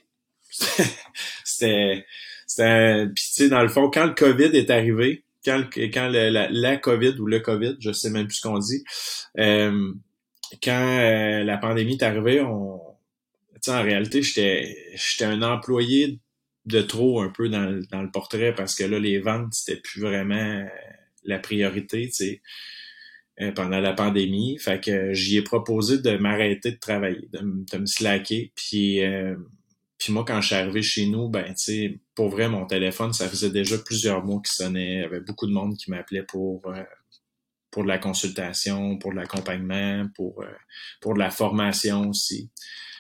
Speaker 2: c'était c'était puis tu sais dans le fond quand le Covid est arrivé, quand le- quand le- la, la Covid ou le Covid, je sais même plus ce qu'on dit, euh, quand euh, la pandémie est arrivée, on tu sais en réalité, j'étais j'étais un employé de trop un peu dans, le- dans le portrait parce que là les ventes c'était plus vraiment euh, la priorité, tu sais euh, pendant la pandémie. Fait que euh, j'y ai proposé de m'arrêter de travailler, de, m- de me slacker. Puis, euh, puis moi, quand je suis arrivé chez nous, ben, tu sais, pour vrai, mon téléphone, ça faisait déjà plusieurs mois qu'il sonnait. Il y avait beaucoup de monde qui m'appelait pour euh, pour de la consultation, pour de l'accompagnement, pour euh, pour de la formation aussi.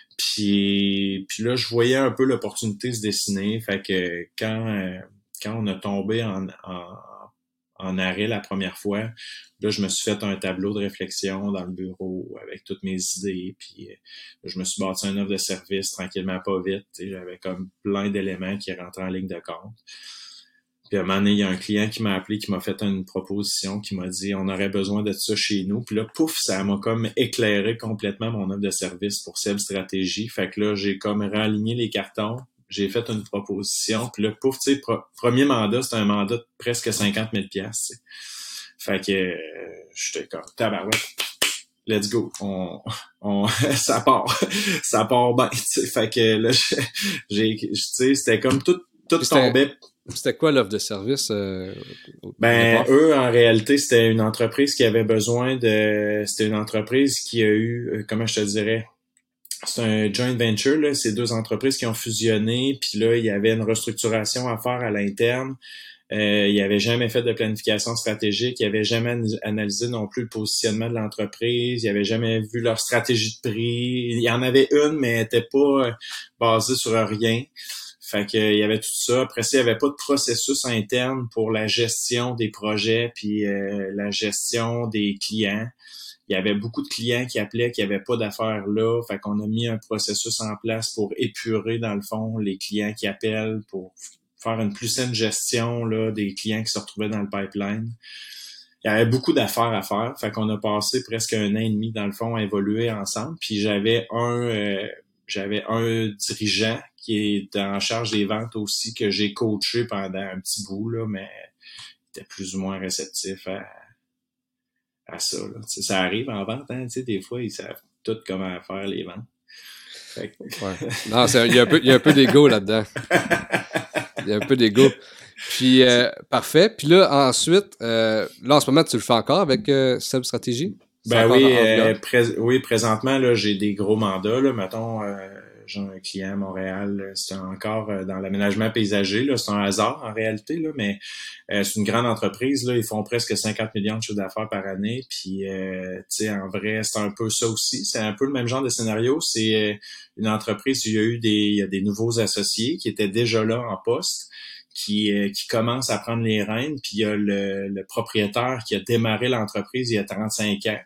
Speaker 2: Puis, puis là, je voyais un peu l'opportunité se dessiner. Fait que quand euh, quand on a tombé en, en en arrêt la première fois. Là, je me suis fait un tableau de réflexion dans le bureau avec toutes mes idées, puis euh, je me suis bâti un offre de service tranquillement, pas vite. J'avais comme plein d'éléments qui rentraient en ligne de compte. Puis à un moment donné, il y a un client qui m'a appelé, qui m'a fait une proposition, qui m'a dit on aurait besoin de ça chez nous. Puis là, pouf, ça m'a comme éclairé complètement mon offre de service pour Seb Stratégie. Fait que là, j'ai comme réaligné les cartons, j'ai fait une proposition, puis là, pouf, tu sais, pro- premier mandat, c'était un mandat de presque cinquante mille piastres. T'sais. Fait que euh, j'étais comme tabarouette. Let's go. On, on, ça part. Ça part bien. T'sais. Fait que là, j'ai, tu sais, c'était comme tout, tout tombait.
Speaker 1: C'était quoi l'offre de service? Euh,
Speaker 2: ben, eux, en réalité, c'était une entreprise qui avait besoin de... C'était une entreprise qui a eu... Euh, comment je te dirais? C'est un joint venture, là. C'est deux entreprises qui ont fusionné. Puis là, il y avait une restructuration à faire à l'interne. Euh, il avait jamais fait de planification stratégique. Il avait jamais analysé non plus le positionnement de l'entreprise. Il avait jamais vu leur stratégie de prix. Il y en avait une, mais elle était pas basée sur rien. Fait que il y avait tout ça. Après ça, il n'y avait pas de processus interne pour la gestion des projets puis euh, la gestion des clients. Il y avait beaucoup de clients qui appelaient qui n'avaient pas d'affaires là. Fait qu'on a mis un processus en place pour épurer, dans le fond, les clients qui appellent, pour faire une plus saine gestion là des clients qui se retrouvaient dans le pipeline. Il y avait beaucoup d'affaires à faire. Fait qu'on a passé presque un an et demi, dans le fond, à évoluer ensemble. Puis j'avais un euh, j'avais un dirigeant qui est en charge des ventes aussi, que j'ai coaché pendant un petit bout, là, mais il était plus ou moins réceptif à, à ça. Là. Ça arrive en vente, hein, tu sais, des fois, ils savent tout comment faire les ventes. Fait que...
Speaker 1: ouais. Non, c'est, il y a un peu, il y a un peu d'ego là-dedans. Il y a un peu d'ego. Puis, euh, parfait. Puis là, ensuite, euh, là, en ce moment, tu le fais encore avec euh, Seb Stratégie?
Speaker 2: Ben oui, euh, pré- oui, présentement, là, j'ai des gros mandats, là, mettons, euh, j'ai un client à Montréal, c'est encore euh, dans l'aménagement paysager, là, c'est un hasard en réalité, là, mais euh, c'est une grande entreprise, là, ils font presque cinquante millions de chiffre d'affaires par année, puis, euh, tu sais, en vrai, c'est un peu ça aussi, c'est un peu le même genre de scénario, c'est euh, une entreprise où il y a eu des, il y a des nouveaux associés qui étaient déjà là en poste, qui euh, qui commence à prendre les rênes, puis il y a le, le propriétaire qui a démarré l'entreprise il y a trente-cinq ans,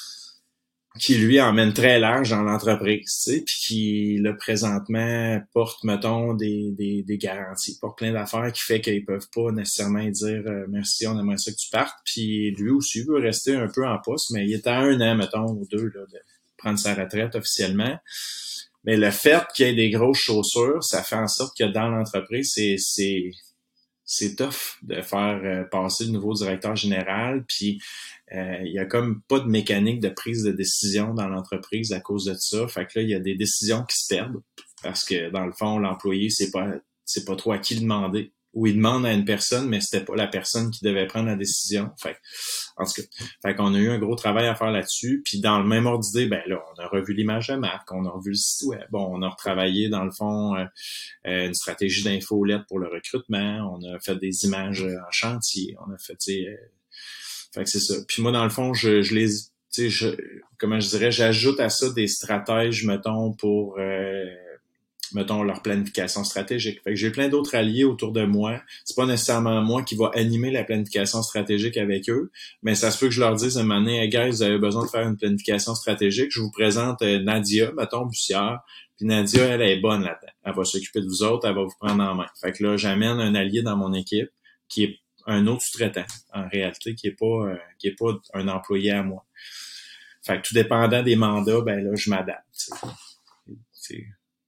Speaker 2: qui lui emmène très large dans l'entreprise, tu sais, puis qui là présentement porte, mettons, des des, des garanties, porte plein d'affaires qui fait qu'ils peuvent pas nécessairement dire euh, merci, on aimerait ça que tu partes, puis lui aussi veut rester un peu en poste, mais il est à un an, mettons, ou deux, là, de prendre sa retraite officiellement. Mais le fait qu'il y ait des grosses chaussures, ça fait en sorte que dans l'entreprise, c'est c'est c'est tough de faire euh, passer le nouveau directeur général, puis euh, il y a comme pas de mécanique de prise de décision dans l'entreprise à cause de ça. Fait que là, il y a des décisions qui se perdent parce que dans le fond, l'employé, c'est pas c'est pas trop à qui demander. Ou il demande à une personne, mais c'était pas la personne qui devait prendre la décision. Fait en tout cas, fait qu'on a eu un gros travail à faire là-dessus. Puis dans le même ordre d'idée, ben là, on a revu l'image de marque, on a revu le site web, bon, on a retravaillé dans le fond euh, une stratégie d'infolette pour le recrutement, on a fait des images en chantier, on a fait, tu sais, euh, fait que c'est ça. Puis moi, dans le fond, je, je les, tu sais, je, comment je dirais, j'ajoute à ça des stratèges, mettons, pour euh, mettons, leur planification stratégique. Fait que j'ai plein d'autres alliés autour de moi. C'est pas nécessairement moi qui va animer la planification stratégique avec eux, mais ça se peut que je leur dise à un moment donné, hey guys, vous avez besoin de faire une planification stratégique. Je vous présente euh, Nadia, mettons, Bussière. Puis Nadia, elle est bonne là-dedans. Elle va s'occuper de vous autres, elle va vous prendre en main. Fait que là, j'amène un allié dans mon équipe qui est un autre sous-traitant, en réalité, qui est pas euh, qui est pas un employé à moi. Fait que tout dépendant des mandats, ben là, je m'adapte. C'est...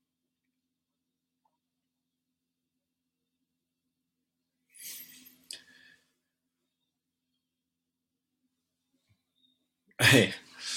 Speaker 2: Hey.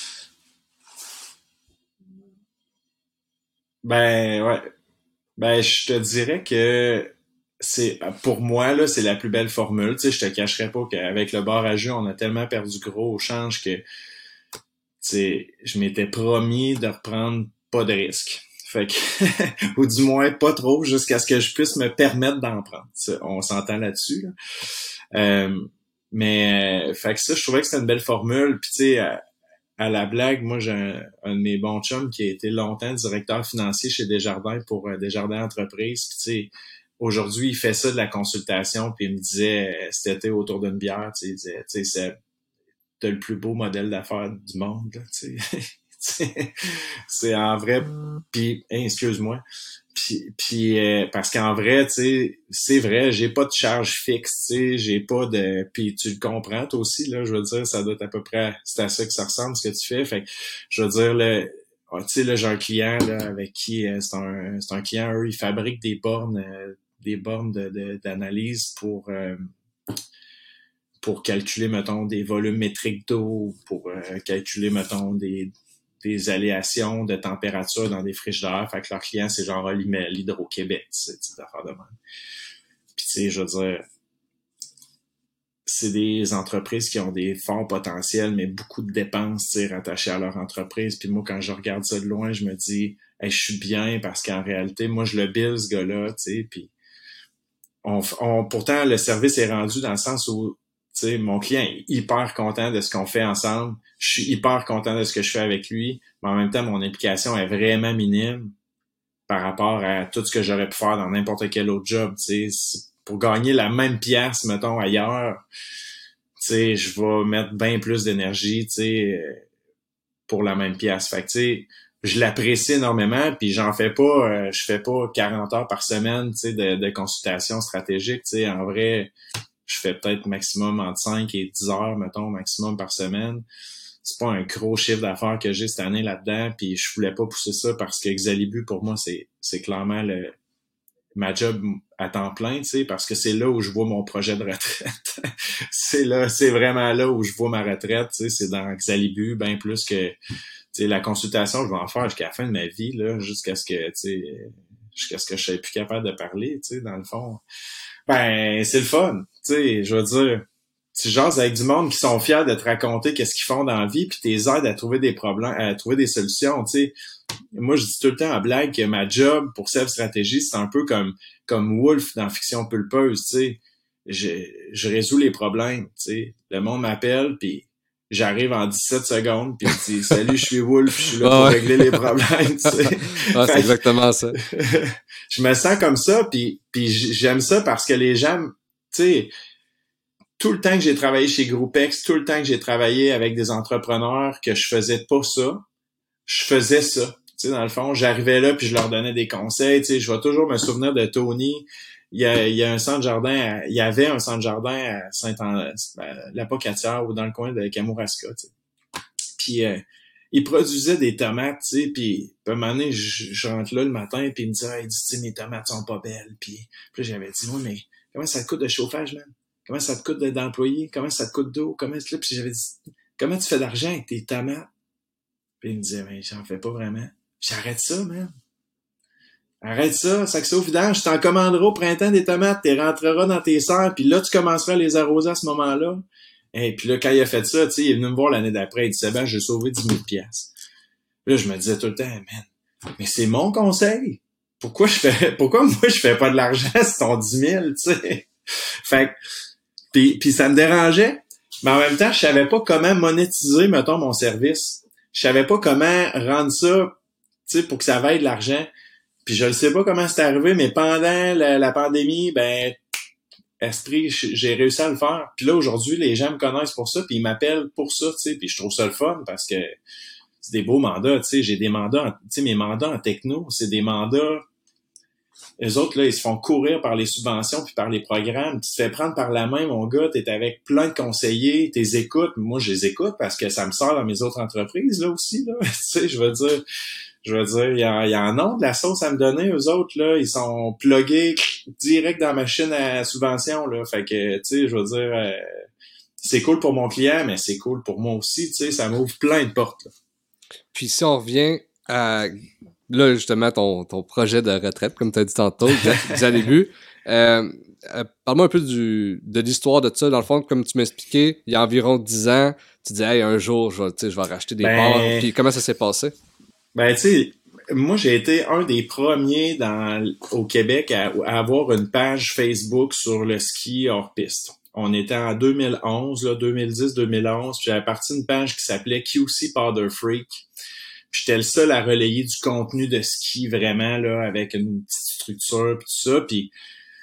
Speaker 2: Ben ouais. Ben je te dirais que c'est pour moi là, c'est la plus belle formule. Tu sais, je te cacherai pas qu'avec le bar à jus, on a tellement perdu gros au change que tu sais, je m'étais promis de reprendre pas de risque. Fait que ou du moins pas trop jusqu'à ce que je puisse me permettre d'en prendre. Ça, on s'entend là-dessus. Là. Euh, mais euh, fait que ça, je trouvais que c'était une belle formule. Puis tu sais, à, à la blague, moi j'ai un, un de mes bons chums qui a été longtemps directeur financier chez Desjardins pour euh, Desjardins Entreprises. Puis tu sais, aujourd'hui, il fait ça de la consultation, puis il me disait, euh, cet été, autour d'une bière, tu sais, il disait, tu sais, c'est, t'as le plus beau modèle d'affaires du monde, là, tu sais. C'est en vrai, puis, hey, excuse-moi, puis, puis euh, parce qu'en vrai, tu sais, c'est vrai, j'ai pas de charge fixe, tu sais, j'ai pas de, puis tu le comprends toi aussi, là, je veux dire, ça doit être à peu près, c'est à ça que ça ressemble ce que tu fais, fait que, je veux dire, le, ah, tu sais, là, j'ai un client, là, avec qui, euh, c'est un, c'est un client, eux, ils fabriquent des bornes, euh, des bornes de, de, d'analyse pour, euh, pour calculer, mettons, des volumes métriques d'eau, pour euh, calculer, mettons, des, des aléations de température dans des frigidaires. Fait que leur client, c'est genre l'Hydro-Québec, ce type d'affaires de même. Puis, tu sais, je veux dire, c'est des entreprises qui ont des forts potentiels, mais beaucoup de dépenses, tu sais, rattachées à leur entreprise. Puis moi, quand je regarde ça de loin, je me dis, hey, je suis bien parce qu'en réalité, moi, je le build, ce gars-là, tu sais, puis on, on, pourtant, le service est rendu dans le sens où, tu sais, mon client est hyper content de ce qu'on fait ensemble. Je suis hyper content de ce que je fais avec lui, mais en même temps, mon implication est vraiment minime par rapport à tout ce que j'aurais pu faire dans n'importe quel autre job, tu sais. Pour gagner la même pièce, mettons, ailleurs, tu sais, je vais mettre bien plus d'énergie, tu sais, pour la même pièce. Fait que, tu sais, je l'apprécie énormément, puis j'en fais pas, euh, je fais pas quarante heures par semaine, tu sais, de, de consultation stratégique, tu sais. En vrai, je fais peut-être maximum entre cinq et dix heures, mettons, maximum par semaine. C'est pas un gros chiffre d'affaires que j'ai cette année là-dedans, puis je voulais pas pousser ça parce que Xalibu, pour moi, c'est, c'est clairement le, ma job à temps plein, tu sais, parce que c'est là où je vois mon projet de retraite. c'est là, c'est vraiment là où je vois ma retraite, tu sais, c'est dans Xalibu, bien plus que, tu sais, la consultation, je vais en faire jusqu'à la fin de ma vie, là, jusqu'à ce que, tu sais, jusqu'à ce que je sois plus capable de parler, tu sais, dans le fond. Ben, c'est le fun, tu sais, je veux dire, tu jases avec du monde qui sont fiers de te raconter qu'est-ce qu'ils font dans la vie, puis t'es aides à trouver des problèmes, à trouver des solutions, tu sais. Moi, je dis tout le temps en blague que ma job pour Self Stratégie, c'est un peu comme comme Wolf dans Fiction Pulpeuse, tu sais. Je, je résous les problèmes, tu sais. Le monde m'appelle, puis j'arrive en dix-sept secondes, puis je dis « Salut, je suis Wolf, je suis là
Speaker 1: Ah
Speaker 2: pour
Speaker 1: ouais.
Speaker 2: régler les problèmes, tu sais. »
Speaker 1: Ah, c'est exactement ça.
Speaker 2: Je me sens comme ça, puis puis j'aime ça parce que les gens, tu sais, tout le temps que j'ai travaillé chez Groupex, tout le temps que j'ai travaillé avec des entrepreneurs, que je faisais pas ça, je faisais ça. Tu sais, dans le fond, j'arrivais là puis je leur donnais des conseils. Tu sais, je vais toujours me souvenir de Tony. Il y a, il y a un centre jardin, à, il y avait un centre jardin à Saint-La-Pocatière ou dans le coin de Kamouraska. Tu sais. Puis euh, il produisait des tomates, tu sais. Puis à un moment donné, je, je rentre là le matin puis il me dit, ah, il dit, tu sais, mes tomates sont pas belles. Puis, puis j'avais dit, oui, mais comment ça te coûte de chauffage, man? Comment ça te coûte d'employé? Comment ça te coûte d'eau? Comment là? Puis j'avais dit, comment tu fais d'argent avec tes tomates? Puis il me disait, mais j'en fais pas vraiment. J'arrête ça, man. Arrête ça, sac ça au vidange, je t'en commanderai au printemps des tomates, tu rentreras dans tes serres, puis là, tu commenceras à les arroser à ce moment-là. Et puis là, quand il a fait ça, tu sais, il est venu me voir l'année d'après, il dit, c'est ben, j'ai sauvé dix mille piastres. Là, je me disais tout le temps, man, mais c'est mon conseil. Pourquoi je fais, pourquoi moi, je fais pas de l'argent si ton dix mille, tu sais? Fait que, puis, puis ça me dérangeait. Mais en même temps, je savais pas comment monétiser, mettons, mon service. Je savais pas comment rendre ça, tu sais, pour que ça vaille de l'argent. Puis je ne sais pas comment c'est arrivé, mais pendant la, la pandémie, ben, esprit, j'ai réussi à le faire. Puis là, aujourd'hui, les gens me connaissent pour ça, puis ils m'appellent pour ça, tu sais. Puis je trouve ça le fun parce que c'est des beaux mandats, tu sais. J'ai des mandats, tu sais, mes mandats en techno, c'est des mandats. Les autres, là, ils se font courir par les subventions puis par les programmes. Tu te fais prendre par la main, mon gars, t'es avec plein de conseillers, t'es écoutes. Moi, je les écoute parce que ça me sert dans mes autres entreprises, là, aussi, là. Tu sais, je veux dire, je veux dire, il y, a, y en a de la sauce à me donner, eux autres, là. Ils sont plugués direct dans la machine à subvention, là. Fait que, tu sais, je veux dire, euh, c'est cool pour mon client, mais c'est cool pour moi aussi, tu sais. Ça m'ouvre plein de portes, là.
Speaker 1: Puis si on revient à... Là, justement, ton, ton projet de retraite, comme tu as dit tantôt, Xalibu. euh, euh, parle-moi un peu du, de l'histoire de ça. Dans le fond, comme tu m'expliquais, il y a environ dix ans, tu dis, hey, un jour, je vais, je vais racheter des
Speaker 2: ben,
Speaker 1: parts. Puis comment ça s'est passé?
Speaker 2: Ben, tu sais, moi, j'ai été un des premiers dans, au Québec à, à avoir une page Facebook sur le ski hors piste. On était en deux mille onze, là, deux mille dix deux mille onze, puis j'avais parti une page qui s'appelait Q C Powder Freak. Puis j'étais le seul à relayer du contenu de ski vraiment là avec une petite structure puis tout ça. Puis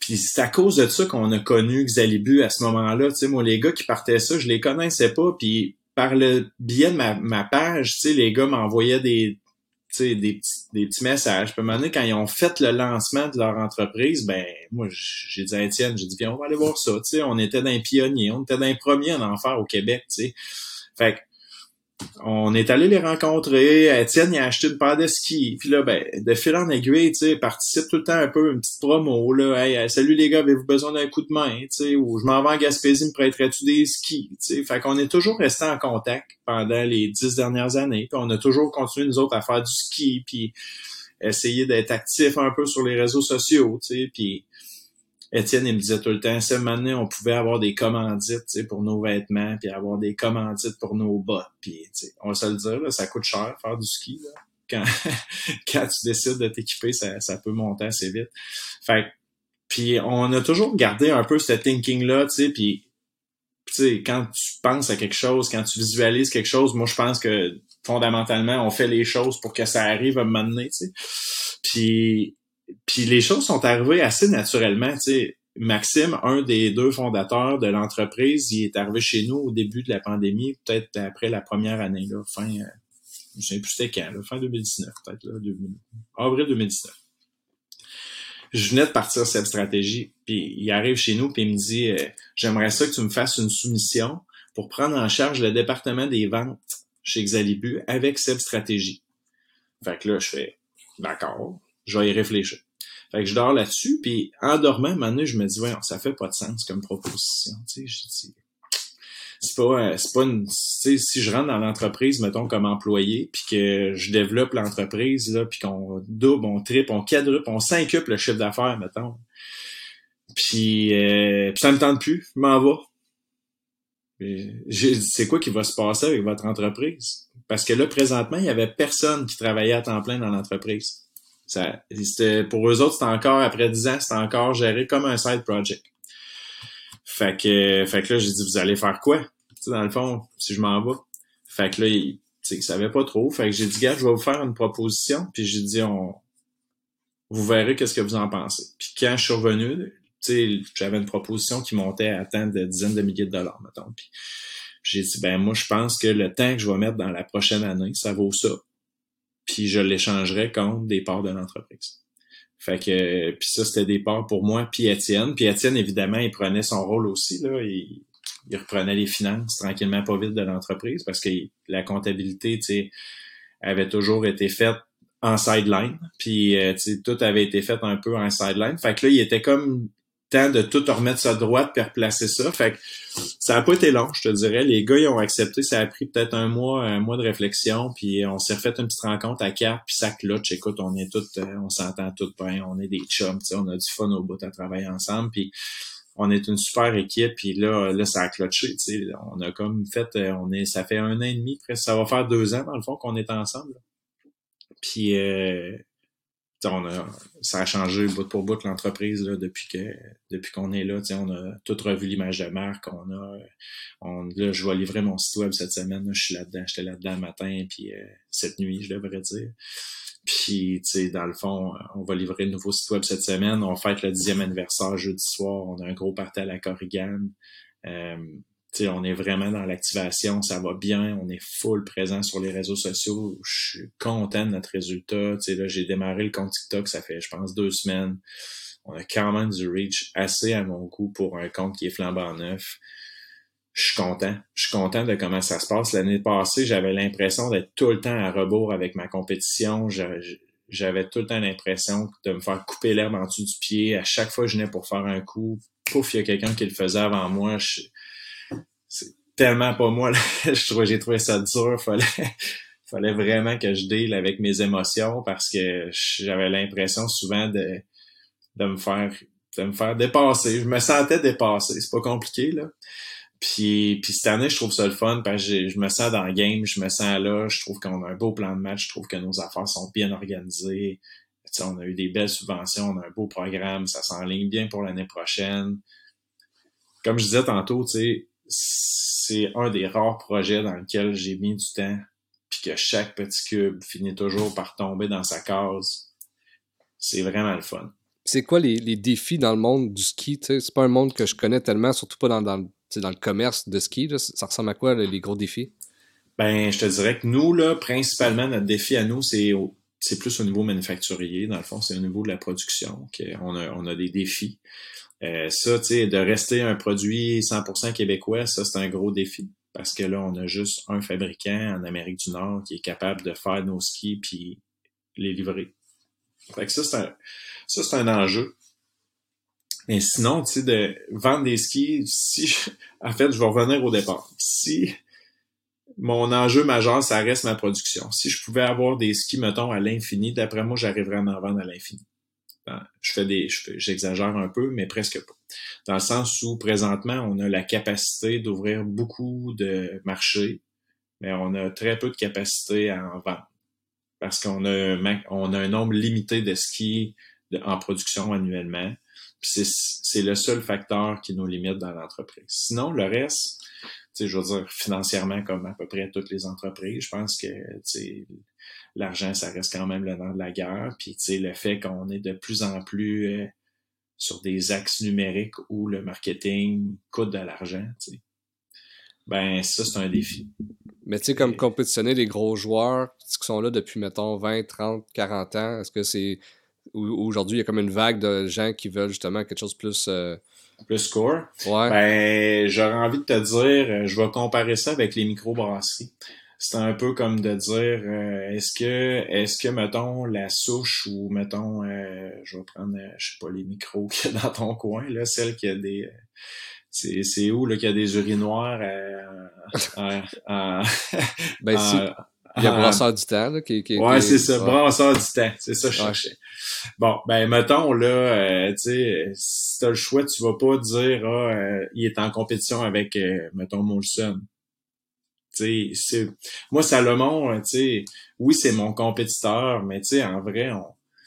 Speaker 2: Puis c'est à cause de ça qu'on a connu Xalibu à ce moment-là. Tu sais, moi, les gars qui partaient ça, je les connaissais pas. Puis par le biais de ma, ma page, tu sais, les gars m'envoyaient des, tu sais, des petits, des petits messages. Puis à un moment donné, quand ils ont fait le lancement de leur entreprise, ben moi, j'ai dit à Étienne, j'ai dit, viens, on va aller voir ça. Tu sais, on était dans les pionniers, on était dans les premiers à en faire au Québec, tu sais. Fait que on est allé les rencontrer. Étienne, il a acheté une paire de skis. Puis là, ben, de fil en aiguille, tu sais, participe tout le temps un peu une petite promo, là. Hey, salut les gars, avez-vous besoin d'un coup de main, tu sais, ou je m'en vais en Gaspésie, me prêterais-tu des skis, tu sais. Fait qu'on est toujours resté en contact pendant les dix dernières années. Puis on a toujours continué, nous autres, à faire du ski, puis essayer d'être actifs un peu sur les réseaux sociaux, tu sais. Puis Étienne, il me disait tout le temps, cette année, on pouvait avoir des commandites, tu sais, pour nos vêtements, puis avoir des commandites pour nos bottes, puis, tu sais, on va se le dire, là, ça coûte cher faire du ski, là. Quand, quand tu décides de t'équiper, ça, ça peut monter assez vite. Fait puis on a toujours gardé un peu ce thinking-là, tu sais, puis, tu sais, quand tu penses à quelque chose, quand tu visualises quelque chose, moi, je pense que, fondamentalement, on fait les choses pour que ça arrive à un moment donné, tu sais. Puis, Puis les choses sont arrivées assez naturellement, tu sais. Maxime, un des deux fondateurs de l'entreprise, il est arrivé chez nous au début de la pandémie, peut-être après la première année, là, fin, euh, je ne sais plus c'était quand, là, fin deux mille dix-neuf, peut-être, là, deux mille, avril deux mille dix-neuf. Je venais de partir cette stratégie, puis il arrive chez nous, puis il me dit, euh, j'aimerais ça que tu me fasses une soumission pour prendre en charge le département des ventes chez Xalibu avec cette stratégie. Fait que là, je fais, d'accord, je vais y réfléchir. Fait que je dors là-dessus, puis en dormant, à un moment donné, je me dis, ouais, ça fait pas de sens comme proposition. Tu sais, je dis, c'est pas, c'est pas une, tu sais, si je rentre dans l'entreprise, mettons, comme employé, puis que je développe l'entreprise, là, puis qu'on double, on triple, on quadruple, on cinquuple le chiffre d'affaires, mettons. Puis, euh, puis ça me tente plus, je m'en vais. J'ai dit, c'est quoi qui va se passer avec votre entreprise? Parce que là, présentement, il y avait personne qui travaillait à temps plein dans l'entreprise. Ça, c'était, pour eux autres, c'était encore, après dix ans, c'était encore géré comme un side project. Fait que, fait que là, j'ai dit, vous allez faire quoi? Tu sais, dans le fond, si je m'en vais. Fait que là, il, tu sais, il savait pas trop. Fait que j'ai dit, gars, je vais vous faire une proposition. Puis j'ai dit, on, vous verrez qu'est-ce que vous en pensez. Puis quand je suis revenu, tu sais, j'avais une proposition qui montait à tant de dizaines de milliers de dollars, mettons. Puis j'ai dit, ben, moi, je pense que le temps que je vais mettre dans la prochaine année, ça vaut ça. Puis je l'échangerais contre des parts de l'entreprise. Fait que, puis ça, c'était des parts pour moi puis Étienne. Puis Étienne, évidemment, il prenait son rôle aussi, là. Il, il reprenait les finances tranquillement pas vite de l'entreprise parce que la comptabilité, tu sais, avait toujours été faite en sideline. Puis, tu sais, tout avait été fait un peu en sideline. Fait que là, il était comme temps de tout remettre ça droite puis replacer ça. Fait que ça a pas été long, je te dirais. Les gars, ils ont accepté. Ça a pris peut-être un mois, un mois de réflexion. Puis on s'est refait une petite rencontre à quatre. Puis ça clutch. Écoute, on est tous, on s'entend tous bien. On est des chums. Tu sais, on a du fun au bout à travailler ensemble. Puis on est une super équipe. Puis là, là, ça a clutché. Tu sais, on a comme fait, on est, ça fait un an et demi, presque. Ça va faire deux ans dans le fond qu'on est ensemble. Puis euh, on a, ça a changé bout pour bout l'entreprise là, depuis que depuis qu'on est là. On a tout revu l'image de marque. On a, on, là, je vais livrer mon site web cette semaine. Là, je suis là-dedans. J'étais là-dedans le matin, puis euh, cette nuit, je devrais dire. Puis, tu sais, dans le fond, on va livrer le nouveau site web cette semaine. On fête le dixième anniversaire jeudi soir. On a un gros party à la Corrigan. Euh, tu sais, on est vraiment dans l'activation, ça va bien, on est full présent sur les réseaux sociaux. Je suis content de notre résultat. Tu sais, là, j'ai démarré le compte TikTok, ça fait, je pense, deux semaines. On a quand même du reach assez à mon goût pour un compte qui est flambant neuf. Je suis content. Je suis content de comment ça se passe. L'année passée, j'avais l'impression d'être tout le temps à rebours avec ma compétition. J'avais tout le temps l'impression de me faire couper l'herbe en dessous du pied. À chaque fois que je venais pour faire un coup, pouf, il y a quelqu'un qui le faisait avant moi. Je, c'est tellement pas moi, là. Je trouvais, j'ai trouvé ça dur. Fallait, fallait vraiment que je deal avec mes émotions parce que j'avais l'impression souvent de, de me faire, de me faire dépasser. Je me sentais dépassé. C'est pas compliqué, là. Puis, puis cette année, je trouve ça le fun parce que je me sens dans le game, je me sens là, je trouve qu'on a un beau plan de match, je trouve que nos affaires sont bien organisées. Tu sais, on a eu des belles subventions, on a un beau programme, ça s'enligne bien pour l'année prochaine. Comme je disais tantôt, tu sais, c'est un des rares projets dans lequel j'ai mis du temps, puis que chaque petit cube finit toujours par tomber dans sa case. C'est vraiment le fun.
Speaker 1: C'est quoi les, les défis dans le monde du ski? Tu sais, c'est pas un monde que je connais tellement, surtout pas dans, dans, le- tu sais, dans le commerce de ski. Là. Ça ressemble à quoi, là, les gros défis?
Speaker 2: Ben, je te dirais que nous, là, principalement, notre défi à nous, c'est au- c'est plus au niveau manufacturier. Dans le fond, c'est au niveau de la production qu'on a, on a des défis. Euh, ça, tu sais, de rester un produit cent pour cent québécois, ça, c'est un gros défi. Parce que là, on a juste un fabricant en Amérique du Nord qui est capable de faire nos skis puis les livrer. Fait que ça, c'est un, ça, c'est un enjeu. Mais sinon, tu sais, de vendre des skis, si je- en fait, je vais revenir au départ. Si mon enjeu majeur, ça reste ma production. Si je pouvais avoir des skis, mettons, à l'infini, d'après moi, j'arriverais à en vendre à l'infini. Hein, Je fais des, je fais- j'exagère un peu, mais presque pas. Dans le sens où, présentement, on a la capacité d'ouvrir beaucoup de marchés, mais on a très peu de capacité à en vendre. Parce qu'on a un, ma- on a un nombre limité de skis de- en production annuellement. Puis c'est, c'est le seul facteur qui nous limite dans l'entreprise. Sinon, le reste, tu sais, je veux dire, financièrement, comme à peu près toutes les entreprises, je pense que, tu sais, l'argent, ça reste quand même le nerf de la guerre. Puis, tu sais, le fait qu'on est de plus en plus euh, sur des axes numériques où le marketing coûte de l'argent, tu sais, ben ça, c'est un défi.
Speaker 1: Mais tu sais, comme
Speaker 2: Et,
Speaker 1: compétitionner les gros joueurs qui sont là depuis, mettons, vingt, trente, quarante ans, est-ce que c'est... ou- Aujourd'hui, il y a comme une vague de gens qui veulent justement quelque chose de plus... euh,
Speaker 2: plus score,
Speaker 1: Ouais,
Speaker 2: ben j'aurais envie de te dire, euh, je vais comparer ça avec les microbrasseries. C'est un peu comme de dire, euh, est-ce que, est-ce que, mettons, la souche ou, mettons, euh, je vais prendre, euh, je sais pas, les micros qu'il y a dans ton coin, là, celle qui a des, euh, c'est, c'est où, là, qu'il y a des urinoirs euh, en, en,
Speaker 1: ben
Speaker 2: en,
Speaker 1: si, il y a
Speaker 2: en-
Speaker 1: Brasseur du Temps, là, qui, qui, qui
Speaker 2: ouais, c'est
Speaker 1: est...
Speaker 2: ça,
Speaker 1: Ouais,
Speaker 2: brasseur du temps, c'est ça que je
Speaker 1: ouais.
Speaker 2: cherchais. Bon, ben mettons là, euh, tu sais, si t'as le choix, tu vas pas dire ah, euh, il est en compétition avec, euh, mettons, Molson. Tu sais, c'est moi Salomon, euh, tu sais, oui c'est mon compétiteur, mais tu sais en vrai, on,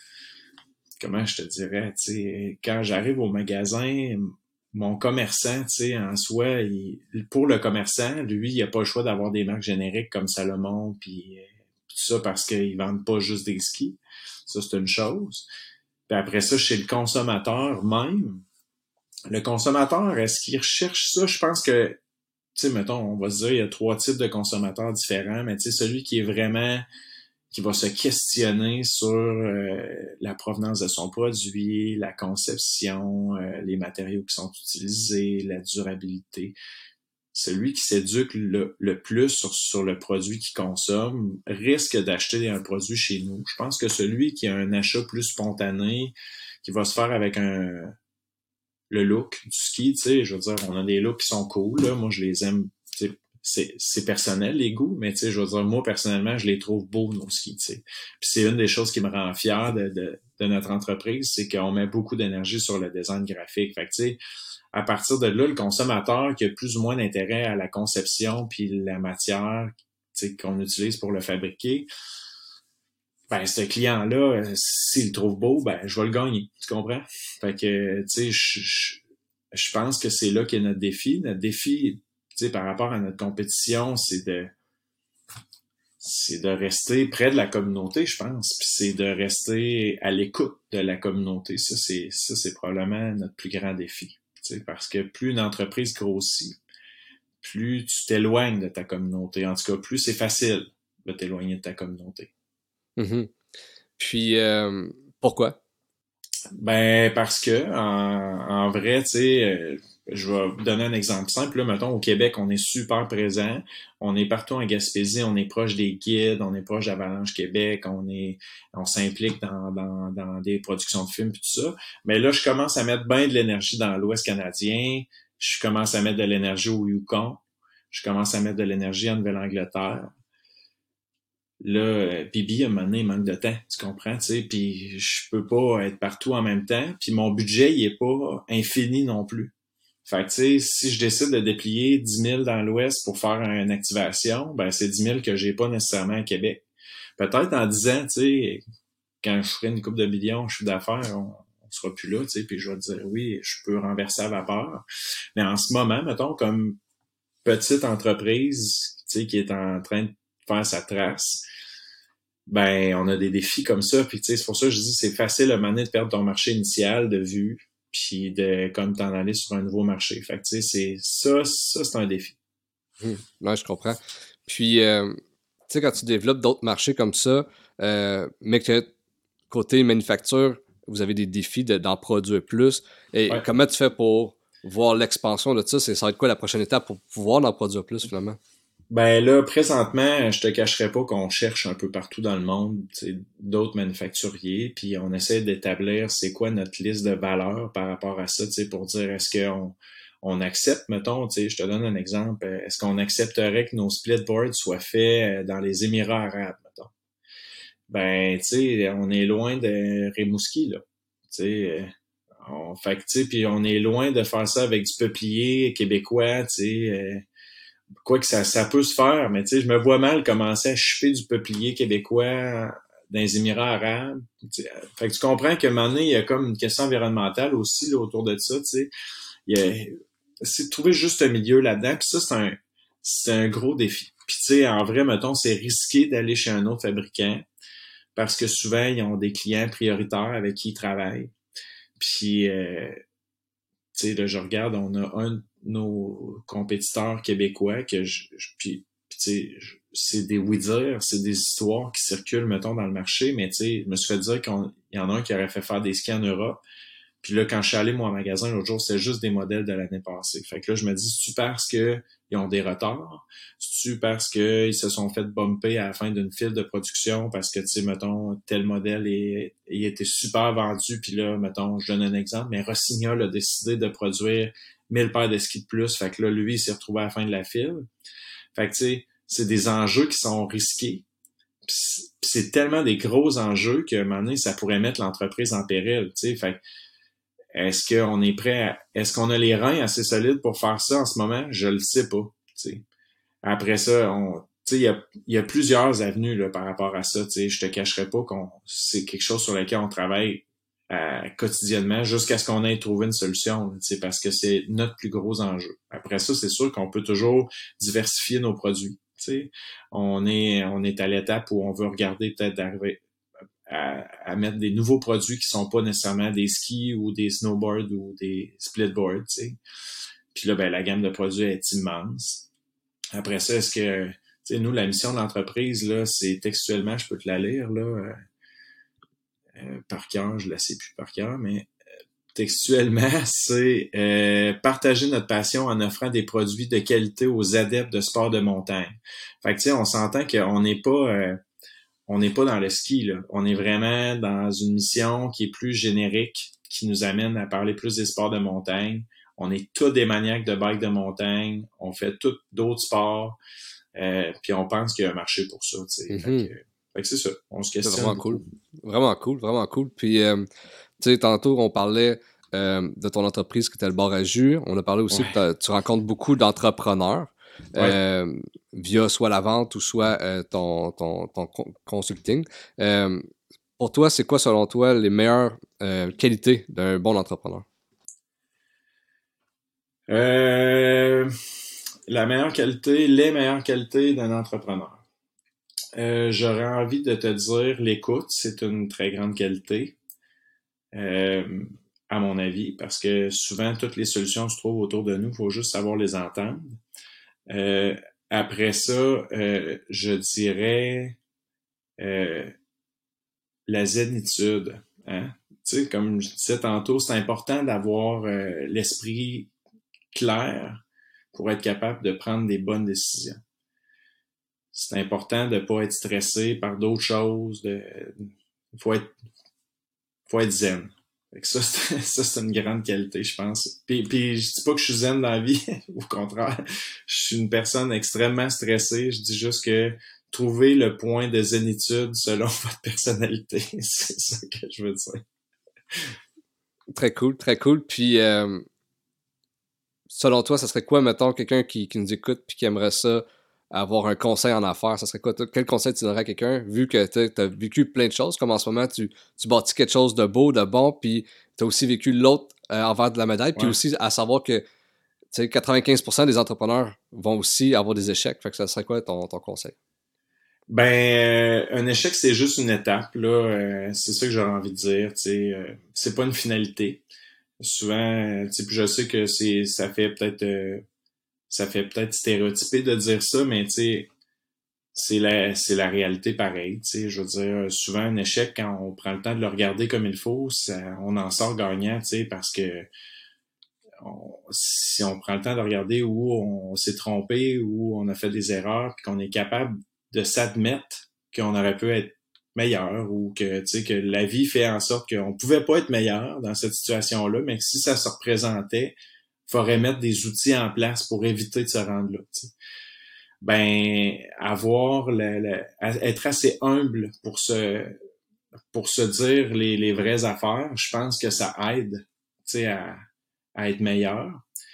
Speaker 2: comment je te dirais, tu sais, quand j'arrive au magasin, mon commerçant, tu sais, en soi, il- pour le commerçant, lui, il a pas le choix d'avoir des marques génériques comme Salomon, puis euh, tout ça parce qu'ils vendent pas juste des skis. Ça c'est une chose. Puis après ça, chez le consommateur même, le consommateur, est-ce qu'il recherche ça? Je pense que, tu sais, mettons, on va se dire, il y a trois types de consommateurs différents, mais tu sais, celui qui est vraiment, qui va se questionner sur euh, la provenance de son produit, la conception, euh, les matériaux qui sont utilisés, la durabilité. Celui qui s'éduque le, le plus sur, sur le produit qu'il consomme risque d'acheter un produit chez nous. Je pense que celui qui a un achat plus spontané, qui va se faire avec un le look du ski, tu sais, je veux dire, on a des looks qui sont cool, là. Moi, je les aime, tu sais, c'est, c'est personnel, les goûts, mais tu sais, je veux dire, moi, personnellement, je les trouve beaux, nos skis, tu sais. Puis c'est une des choses qui me rend fier de, de, de notre entreprise, c'est qu'on met beaucoup d'énergie sur le design graphique. Fait que, tu sais, à partir de là, le consommateur qui a plus ou moins d'intérêt à la conception puis la matière, tu sais, qu'on utilise pour le fabriquer, ben ce client-là, euh, s'il le trouve beau, ben je vais le gagner. Tu comprends? Fait que, tu sais, je, je, je pense que c'est là qu'est notre défi. Notre défi, tu sais, par rapport à notre compétition, c'est de c'est de rester près de la communauté, je pense. Puis c'est de rester à l'écoute de la communauté. Ça, c'est ça, c'est probablement notre plus grand défi. Tu sais, parce que plus une entreprise grossit, plus tu t'éloignes de ta communauté. En tout cas, plus c'est facile de t'éloigner de ta communauté.
Speaker 1: Mhm. Puis, euh, pourquoi?
Speaker 2: Ben parce que en, en vrai, tu sais, euh, je vais vous donner un exemple simple. Là, mettons, au Québec, on est super présent. On est partout en Gaspésie, on est proche des guides, on est proche d'Avalanche Québec, on est on s'implique dans, dans, dans des productions de films et tout ça. Mais là, je commence à mettre bien de l'énergie dans l'Ouest canadien. Je commence à mettre de l'énergie au Yukon. Je commence à mettre de l'énergie en Nouvelle-Angleterre. Là, euh, Bibi, à un moment donné, il manque de temps, tu comprends, tu sais, puis je peux pas être partout en même temps, puis mon budget, il est pas infini non plus. Fait que, tu sais, si je décide de déplier dix mille dans l'Ouest pour faire une activation, ben c'est dix mille que j'ai pas nécessairement à Québec. Peut-être en dix ans, tu sais, quand je ferai une coupe de millions, je suis d'affaires, on, on sera plus là, tu sais, puis je vais te dire, oui, je peux renverser à vapeur. Mais en ce moment, mettons, comme petite entreprise, tu sais, qui est en train de faire sa trace, ben on a des défis comme ça. Puis tu sais, c'est pour ça que je dis c'est facile à un moment donné de perdre ton marché initial de vue, puis de comme t'en aller sur un nouveau marché. Fait que tu sais, c'est ça, ça c'est un défi.
Speaker 1: Hum, ouais, je comprends. Puis, euh, tu sais, quand tu développes d'autres marchés comme ça, euh, mais que côté manufacture, vous avez des défis de, d'en produire plus. Et
Speaker 2: Ouais.
Speaker 1: comment tu fais pour voir l'expansion de ça? C'est, ça va être quoi la prochaine étape pour pouvoir en produire plus, finalement?
Speaker 2: Ben là, présentement, je te cacherai pas qu'on cherche un peu partout dans le monde, tu sais, d'autres manufacturiers, puis on essaie d'établir c'est quoi notre liste de valeurs par rapport à ça, tu sais, pour dire est-ce qu'on on accepte, mettons, tu sais, je te donne un exemple, est-ce qu'on accepterait que nos splitboards soient faits dans les Émirats arabes, mettons? Ben, tu sais, on est loin de Rimouski, là. Tu sais, on fait que, tu sais, puis on est loin de faire ça avec du peuplier québécois, tu sais. Euh, quoi que ça, ça peut se faire, mais tu sais, je me vois mal commencer à chipper du peuplier québécois dans les Émirats arabes. T'sais. Fait que tu comprends qu'à un moment donné, il y a comme une question environnementale aussi là, autour de ça, tu sais. Il y a, c'est de trouver juste un milieu là-dedans, puis ça, c'est un, c'est un gros défi. Puis tu sais, en vrai, mettons, c'est risqué d'aller chez un autre fabricant parce que souvent, ils ont des clients prioritaires avec qui ils travaillent. Puis, euh, tu sais, là, je regarde, on a un de nos compétiteurs québécois que je, je puis, puis tu sais, je- c'est des oui-dire, c'est des histoires qui circulent, mettons, dans le marché, mais tu sais, je me suis fait dire qu'il y en a un qui aurait fait faire des skis en Europe. Puis là, quand je suis allé, moi, en magasin l'autre jour, c'était juste des modèles de l'année passée. Fait que là, je me dis, c'est-tu parce que ils ont des retards? C'est-tu parce qu'ils se sont fait bumper à la fin d'une file de production parce que, tu sais, mettons, tel modèle est, il était super vendu, puis là, mettons, je donne un exemple, mais Rossignol a décidé de produire mille paires de skis de plus. Fait que là, lui, il s'est retrouvé à la fin de la file. Fait que, tu sais, c'est des enjeux qui sont risqués. Puis c'est tellement des gros enjeux qu'à un moment donné, ça pourrait mettre l'entreprise en péril, tu sais. Fait que est-ce qu'on est prêt à, est-ce qu'on a les reins assez solides pour faire ça en ce moment? Je le sais pas, tu sais. Après ça, on, tu sais, il y a, il y a plusieurs avenues, là, par rapport à ça, tu sais. Je te cacherai pas qu'on, c'est quelque chose sur lequel on travaille euh, quotidiennement jusqu'à ce qu'on ait trouvé une solution, tu sais, parce que c'est notre plus gros enjeu. Après ça, c'est sûr qu'on peut toujours diversifier nos produits, tu sais. On est, on est à l'étape où on veut regarder peut-être d'arriver à, à mettre des nouveaux produits qui sont pas nécessairement des skis ou des snowboards ou des splitboards, tu sais. Puis là, ben, la gamme de produits est immense. Après ça, est-ce que, tu sais, nous, la mission de l'entreprise, là, c'est textuellement, je peux te la lire, là, euh, euh, par cœur, je la sais plus par cœur, mais textuellement, c'est euh, partager notre passion en offrant des produits de qualité aux adeptes de sport de montagne. Fait que, tu sais, on s'entend qu'on n'est pas... Euh, on n'est pas dans le ski, là. On est vraiment dans une mission qui est plus générique, qui nous amène à parler plus des sports de montagne. On est tous des maniaques de bike de montagne. On fait tous d'autres sports. Euh, puis on pense qu'il y a un marché pour ça, tu sais.
Speaker 1: Mm-hmm.
Speaker 2: Fait que, fait que c'est ça. On se
Speaker 1: C'est
Speaker 2: questionne
Speaker 1: vraiment
Speaker 2: beaucoup.
Speaker 1: cool. Vraiment cool, vraiment cool. Puis, euh, tu sais, tantôt, on parlait euh, de ton entreprise qui était le bar à jus. On a parlé aussi
Speaker 2: Ouais.
Speaker 1: que tu rencontres beaucoup d'entrepreneurs euh,
Speaker 2: Ouais.
Speaker 1: via soit la vente ou soit euh, ton, ton, ton consulting. Euh, pour toi, c'est quoi, selon toi, les meilleures euh, qualités d'un bon entrepreneur?
Speaker 2: Euh, la meilleure qualité, les meilleures qualités d'un entrepreneur. Euh, j'aurais envie de te dire l'écoute, c'est une très grande qualité. Euh, à mon avis, parce que souvent, toutes les solutions se trouvent autour de nous, il faut juste savoir les entendre. Euh, après ça, euh, je dirais euh, la zénitude. Hein? Tu sais, comme je disais tantôt, c'est important d'avoir euh, l'esprit clair pour être capable de prendre des bonnes décisions. C'est important de ne pas être stressé par d'autres choses. De... faut être, faut être zen. Fait que ça, c'est, ça, c'est une grande qualité, je pense. Puis, puis je dis pas que je suis zen dans la vie, au contraire. Je suis une personne extrêmement stressée. Je dis juste que trouver le point de zénitude selon votre personnalité, c'est ça que je veux dire.
Speaker 1: Très cool, très cool. Puis, euh, selon toi, ça serait quoi, mettons, quelqu'un qui, qui nous écoute puis qui aimerait ça, avoir un conseil en affaires, ça serait quoi? Quel conseil tu donnerais à quelqu'un, vu que tu as vécu plein de choses, comme en ce moment, tu, tu bâtis quelque chose de beau, de bon, puis tu as aussi vécu l'autre euh, envers de la médaille, puis
Speaker 2: Ouais.
Speaker 1: aussi à savoir que quatre-vingt-quinze pour cent des entrepreneurs vont aussi avoir des échecs. Fait que ça serait quoi ton, ton conseil?
Speaker 2: Ben, euh, un échec, c'est juste une étape, là. Euh, c'est ça que j'aurais envie de dire, tu sais. Euh, c'est pas une finalité. Souvent, euh, tu sais, puis je sais que c'est, ça fait peut-être, euh, ça fait peut-être stéréotypé de dire ça, mais tu sais, c'est la, c'est la réalité pareille, tu sais. Je veux dire, souvent, un échec, quand on prend le temps de le regarder comme il faut, ça, on en sort gagnant, tu sais, parce que on, si on prend le temps de regarder où on s'est trompé, où on a fait des erreurs, puis qu'on est capable de s'admettre qu'on aurait pu être meilleur ou que tu sais que la vie fait en sorte qu'on pouvait pas être meilleur dans cette situation-là, mais que si ça se représentait, il faudrait mettre des outils en place pour éviter de se rendre là. Tu sais. Ben avoir le, le, être assez humble pour se pour se dire les, les vraies affaires, je pense que ça aide, tu sais, à, à être meilleur.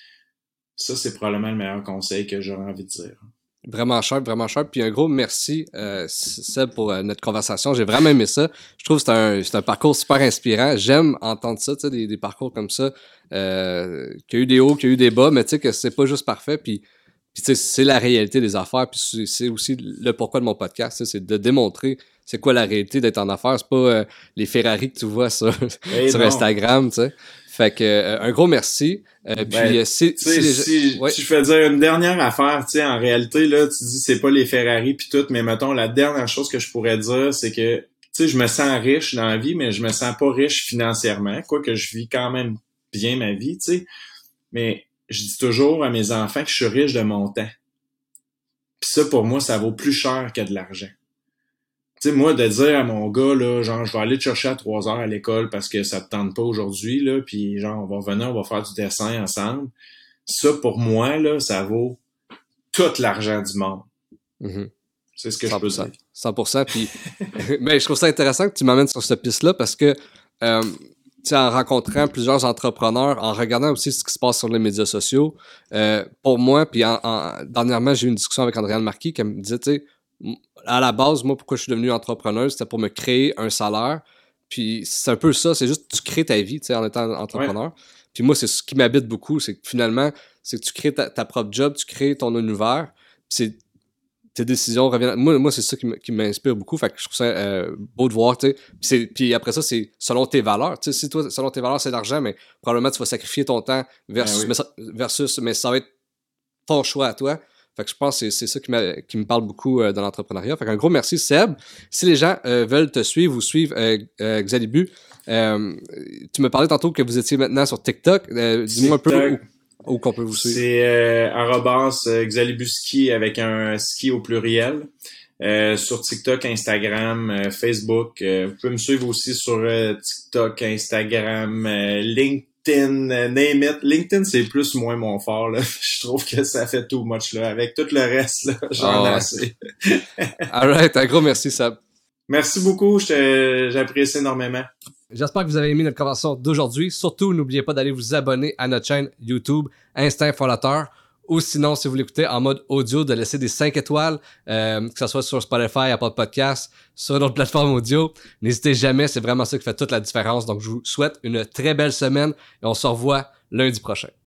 Speaker 2: Ça, c'est probablement le meilleur conseil que j'aurais envie de dire.
Speaker 1: Vraiment sharp, vraiment sharp. Puis un gros merci, euh, Seb, pour euh, notre conversation. J'ai vraiment aimé ça. Je trouve que c'est un, c'est un parcours super inspirant. J'aime entendre ça, tu sais, des, des parcours comme ça, euh, qu'il y a eu des hauts, qu'il y a eu des bas, mais tu sais que c'est pas juste parfait. Puis, puis tu sais, c'est la réalité des affaires. Puis c'est, c'est aussi le pourquoi de mon podcast, tu sais, c'est de démontrer c'est quoi la réalité d'être en affaires. C'est pas euh, les Ferrari que tu vois sur, sur Instagram, tu sais. Fait que euh, un gros merci. Euh, puis
Speaker 2: ben,
Speaker 1: si,
Speaker 2: si,
Speaker 1: les...
Speaker 2: si, ouais. si je fais dire une dernière affaire, tu sais, en réalité, là, tu dis c'est pas les Ferrari puis tout, mais mettons, la dernière chose que je pourrais dire, c'est que, tu sais, je me sens riche dans la vie, mais je me sens pas riche financièrement, quoique je vis quand même bien ma vie, tu sais. Mais je dis toujours à mes enfants que je suis riche de mon temps. Puis ça, pour moi, ça vaut plus cher que de l'argent. Tu sais, moi, de dire à mon gars, là, genre, je vais aller te chercher à trois heures à l'école parce que ça te tente pas aujourd'hui, là, puis genre, on va revenir, on va faire du dessin ensemble. Ça, pour moi, là, ça vaut tout l'argent du monde.
Speaker 1: Mm-hmm.
Speaker 2: C'est ce que cent pour cent. Je peux dire.
Speaker 1: cent pour cent. Puis, ben, je trouve ça intéressant que tu m'amènes sur cette piste-là parce que, euh, tu sais, en rencontrant plusieurs entrepreneurs, en regardant aussi ce qui se passe sur les médias sociaux, euh, pour moi, puis en, en, dernièrement, j'ai eu une discussion avec Andréane Marquis qui me disait, tu sais, à la base, moi, pourquoi je suis devenu entrepreneuse, c'était pour me créer un salaire. Puis c'est un peu ça, c'est juste que tu crées ta vie, tu sais, en étant entrepreneur. Ouais. Puis moi, c'est ce qui m'habite beaucoup, c'est que finalement, c'est que tu crées ta, ta propre job, tu crées ton univers. C'est tes décisions reviennent. Moi, moi c'est ça qui, qui m'inspire beaucoup. Fait que je trouve ça euh, beau de voir, tu sais. Puis, c'est, puis après ça, c'est selon tes valeurs. Tu sais, si toi, selon tes valeurs, c'est l'argent, mais probablement tu vas sacrifier ton temps versus, ben oui. mais, versus, mais ça va être ton choix à toi. Fait que je pense que c'est, c'est ça qui, qui me parle beaucoup euh, dans l'entrepreneuriat. Fait qu'un gros merci, Seb. Si les gens euh, veulent te suivre ou suivre euh, euh, Xalibu, euh, tu me parlais tantôt que vous étiez maintenant sur TikTok. Euh, dis-moi un peu où, où qu'on peut vous suivre.
Speaker 2: C'est euh, arrobas euh, Xalibuski avec un ski au pluriel. Euh, sur TikTok, Instagram, euh, Facebook. Euh, vous pouvez me suivre aussi sur euh, TikTok, Instagram, euh, LinkedIn. LinkedIn, uh, name it. LinkedIn, c'est plus ou moins mon fort, là. Je trouve que ça fait too much, là. Avec tout le reste, là, j'en ai oh, assez.
Speaker 1: Alright, un gros merci, Seb.
Speaker 2: Merci beaucoup, je j'apprécie énormément.
Speaker 1: J'espère que vous avez aimé notre conversation d'aujourd'hui. Surtout, n'oubliez pas d'aller vous abonner à notre chaîne YouTube Instinct Fondateur. Ou sinon, si vous l'écoutez en mode audio, de laisser des cinq étoiles, euh, que ce soit sur Spotify, Apple Podcasts, sur d'autres plateformes audio. N'hésitez jamais, c'est vraiment ça qui fait toute la différence. Donc, je vous souhaite une très belle semaine et on se revoit lundi prochain.